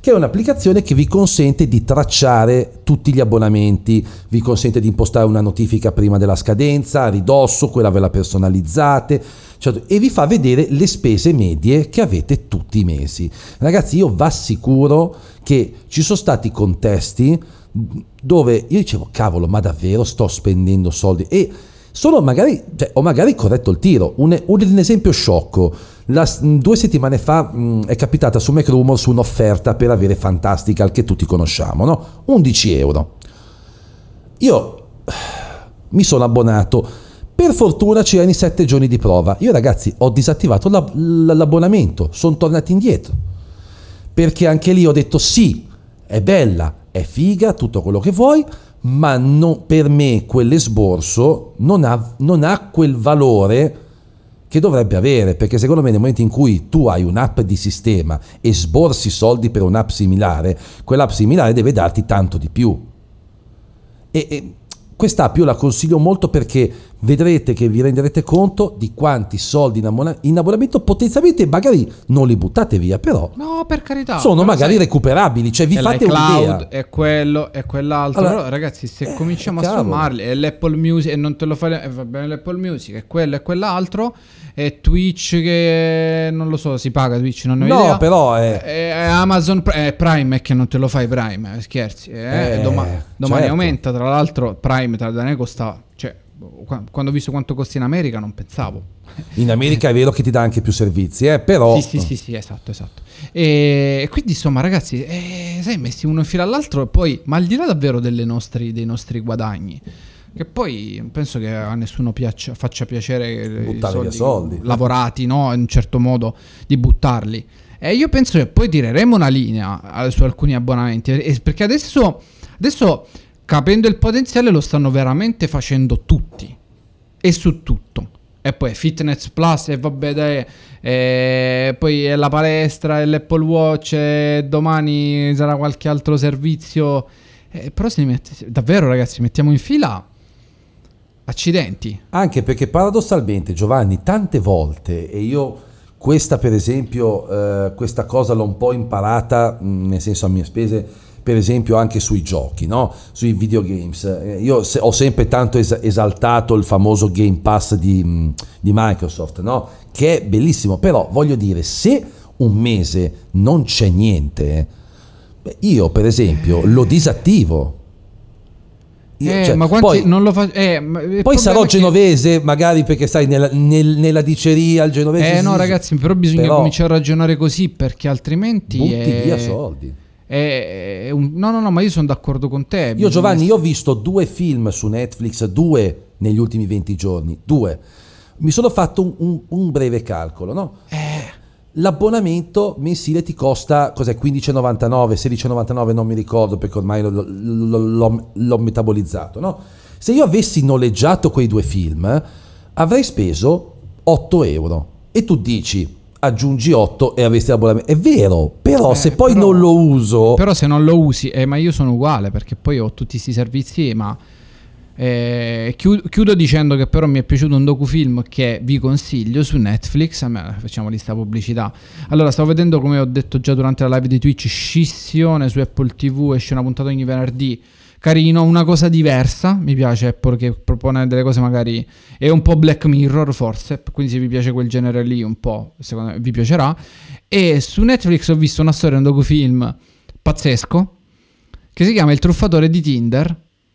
che è un'applicazione che vi consente di tracciare tutti gli abbonamenti, vi consente di impostare una notifica prima della scadenza, a ridosso, quella ve la personalizzate, cioè, e vi fa vedere le spese medie che avete tutti i mesi. Ragazzi, io vi assicuro che ci sono stati contesti dove io dicevo, cavolo, ma davvero sto spendendo soldi? E solo magari, cioè, ho magari corretto il tiro. Un, un esempio sciocco: La, due settimane fa mh, è capitata su MacRumors un'offerta per avere Fantastical, che tutti conosciamo, no? undici euro. Io mi sono abbonato, per fortuna c'erano i sette giorni di prova. Io, ragazzi, ho disattivato la, la, l'abbonamento, sono tornato indietro, perché anche lì ho detto sì, è bella, è figa, tutto quello che vuoi, ma non, per me quell'esborso non ha, non ha quel valore che dovrebbe avere, perché secondo me nel momento in cui tu hai un'app di sistema e sborsi soldi per un'app similare, quell'app similare deve darti tanto di più. E, e quest'app io la consiglio molto, perché vedrete che vi renderete conto di quanti soldi in, abbona- in abbonamento potenzialmente magari non li buttate via, però no, per carità, sono però magari sai, recuperabili, cioè vi è fate l'iCloud, un'idea. è quello, è quell'altro. Allora, però ragazzi, se eh, cominciamo cavolo. a sommarli, è l'Apple Music e non te lo fai, eh, va bene l'Apple Music, è quello e quell'altro, è Twitch che non lo so, si paga Twitch, non ne ho No, idea. però è... è Amazon è Prime, è che non te lo fai Prime, eh, scherzi, eh? Eh, Doma- domani certo. aumenta, tra l'altro Prime da ne costa, cioè quando ho visto quanto costa in America non pensavo. In America è vero che ti dà anche più servizi, eh, però... Sì, sì, sì, sì, esatto, esatto. E quindi insomma, ragazzi, eh, sai, messi uno in fila all'altro, e poi, ma al di là davvero delle nostri, dei nostri guadagni, che poi penso che a nessuno piaccia, faccia piacere buttare i via soldi, soldi lavorati, no, in un certo modo, di buttarli. E io penso che poi tireremo una linea su alcuni abbonamenti, perché adesso, adesso capendo il potenziale, lo stanno veramente facendo tutti e su tutto. E poi Fitness Plus, e vabbè dai, e poi è la palestra, e l'Apple Watch, e domani sarà qualche altro servizio. E però se li metti, davvero ragazzi, mettiamo in fila, accidenti. Anche perché paradossalmente, Giovanni, tante volte, e io questa per esempio, eh, questa cosa l'ho un po' imparata, mh, nel senso a mie spese, per esempio anche sui giochi, no? Sui videogames. Eh, io se, ho sempre tanto es- esaltato il famoso Game Pass di, mh, di Microsoft, no? Che è bellissimo, però voglio dire, se un mese non c'è niente, beh, io per esempio lo disattivo. Io, Eh, cioè, ma quanti poi, non lo fa? Eh, ma il poi sarò problema è che- genovese, magari perché stai nella, nel- nella diceria, il genovese. Eh no, sì, ragazzi, però bisogna però cominciare a ragionare così, perché altrimenti butti è... via soldi. È, è un... No, no, no, ma io sono d'accordo con te. Io, bisogna Giovanni, essere- io ho visto due film su Netflix, due negli ultimi venti giorni, due. Mi sono fatto un, un- un breve calcolo, no? L'abbonamento mensile ti costa, cos'è, quindici e novantanove, sedici e novantanove, non mi ricordo perché ormai lo- lo- l'ho, l'ho metabolizzato, no? Se io avessi noleggiato quei due film, avrei speso otto euro. E tu dici, aggiungi otto e avresti l'abbonamento. È vero, però Eh, se poi però- non lo uso... Però se non lo usi, eh, ma io sono uguale, perché poi ho tutti questi servizi, ma eh, chiudo, chiudo dicendo che però mi è piaciuto un docufilm che vi consiglio su Netflix. A me, facciamo lista pubblicità. Allora, stavo vedendo, come ho detto già durante la live di Twitch, Scissione su Apple ti vu, esce una puntata ogni venerdì. Carino, una cosa diversa, mi piace Apple che propone delle cose magari, è un po' Black Mirror forse, quindi se vi piace quel genere lì un po', secondo me vi piacerà. E su Netflix ho visto una storia, un docufilm pazzesco che si chiama Il truffatore di Tinder.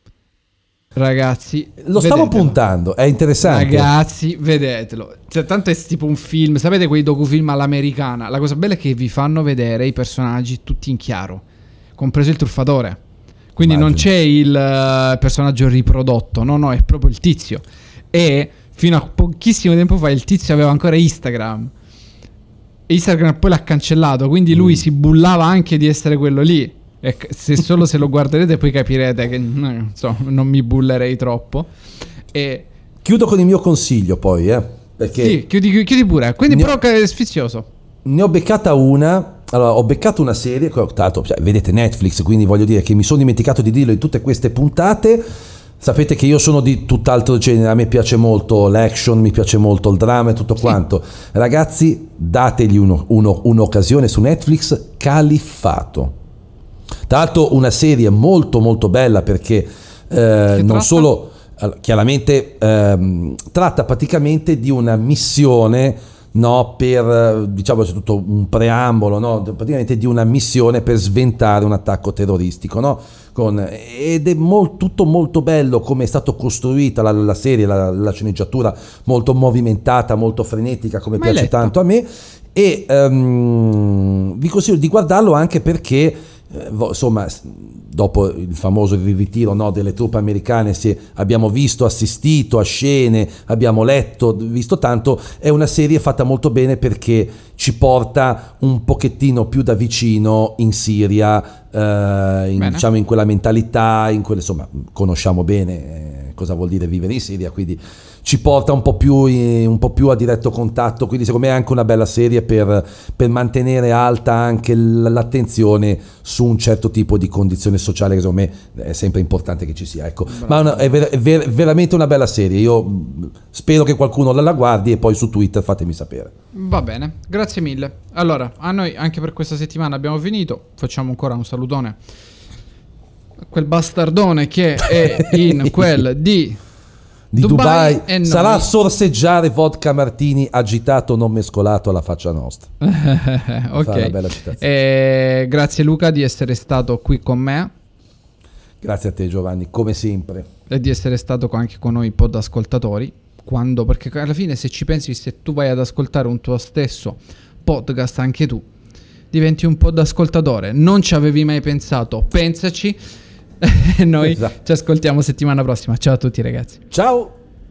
Ragazzi, Lo stavo vedetelo. puntando, è interessante. Ragazzi, vedetelo. Cioè, tanto è tipo un film, sapete quei docufilm all'americana. La cosa bella è che vi fanno vedere i personaggi tutti in chiaro, compreso il truffatore. Quindi Immagino. non c'è il uh, personaggio riprodotto, no, no, è proprio il tizio. E fino a pochissimo tempo fa il tizio aveva ancora Instagram. E Instagram poi l'ha cancellato, quindi lui Mm. si bullava anche di essere quello lì. E c- se solo se lo guarderete poi capirete che no, so, non mi bullerei troppo. E Chiudo con il mio consiglio poi, eh, perché sì, chiudi, chiudi pure. Quindi Ne ho- però che è sfizioso. ne ho beccata una. Allora, ho beccato una serie, che ho optato, cioè, vedete Netflix, quindi voglio dire che mi sono dimenticato di dirlo in tutte queste puntate. Sapete che io sono di tutt'altro genere, a me piace molto l'action, mi piace molto il dramma e tutto quanto. Ragazzi, dategli uno, uno, un'occasione su Netflix, Califfato. Tra l'altro una serie molto molto bella perché eh, non solo, chiaramente ehm, tratta praticamente di una missione, no, per, diciamo, c'è tutto un preambolo, no, praticamente di una missione per sventare un attacco terroristico, no? Con, ed è molt, tutto molto bello come è stato costruita la, la serie, la, la sceneggiatura molto movimentata, molto frenetica, come Ma piace tanto a me, e um, vi consiglio di guardarlo anche perché eh, insomma, dopo il famoso ritiro, no, delle truppe americane, se abbiamo visto, assistito a scene, abbiamo letto, visto tanto. È una serie fatta molto bene perché ci porta un pochettino più da vicino in Siria, eh, in, diciamo in quella mentalità, in quelle, insomma, conosciamo bene eh, cosa vuol dire vivere in Siria, quindi ci porta un po' più in, un po' più a diretto contatto, quindi secondo me è anche una bella serie per, per mantenere alta anche l'attenzione su un certo tipo di condizione sociale che secondo me è sempre importante che ci sia, ecco. Ma una, è, ver, è, ver, è veramente una bella serie, io spero che qualcuno la, la guardi e poi su Twitter fatemi sapere. Va bene, grazie mille. Allora, a noi anche per questa settimana abbiamo finito, facciamo ancora un salutone a quel bastardone che è in quel di di Dubai, Dubai e sarà noi. sorseggiare vodka martini agitato non mescolato alla faccia nostra. Ok, bella citazione. Eh, grazie Luca di essere stato qui con me. Grazie a te Giovanni, come sempre. E di essere stato anche con noi pod ascoltatori. Quando? Perché alla fine, se ci pensi, se tu vai ad ascoltare un tuo stesso podcast, anche tu diventi un pod ascoltatore. Non ci avevi mai pensato, pensaci. E noi esatto. Ci ascoltiamo settimana prossima. Ciao a tutti ragazzi. Ciao.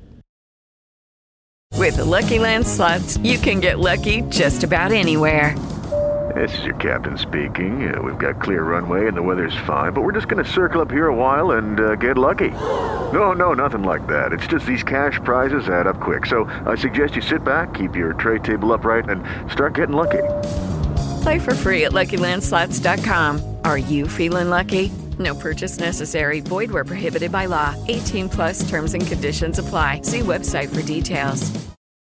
With the Lucky Land Slots, you can get lucky just about anywhere. This is your captain speaking. Uh, we've got clear runway and the weather's fine, but we're just going to circle up here a while and uh, get lucky. No, no, nothing like that. It's just these cash prizes add up quick. So I suggest you sit back, keep your tray table upright, and start getting lucky. Play for free at Lucky Land Slots dot com. Are you feeling lucky? No purchase necessary. Void where prohibited by law. eighteen plus terms and conditions apply. See website for details.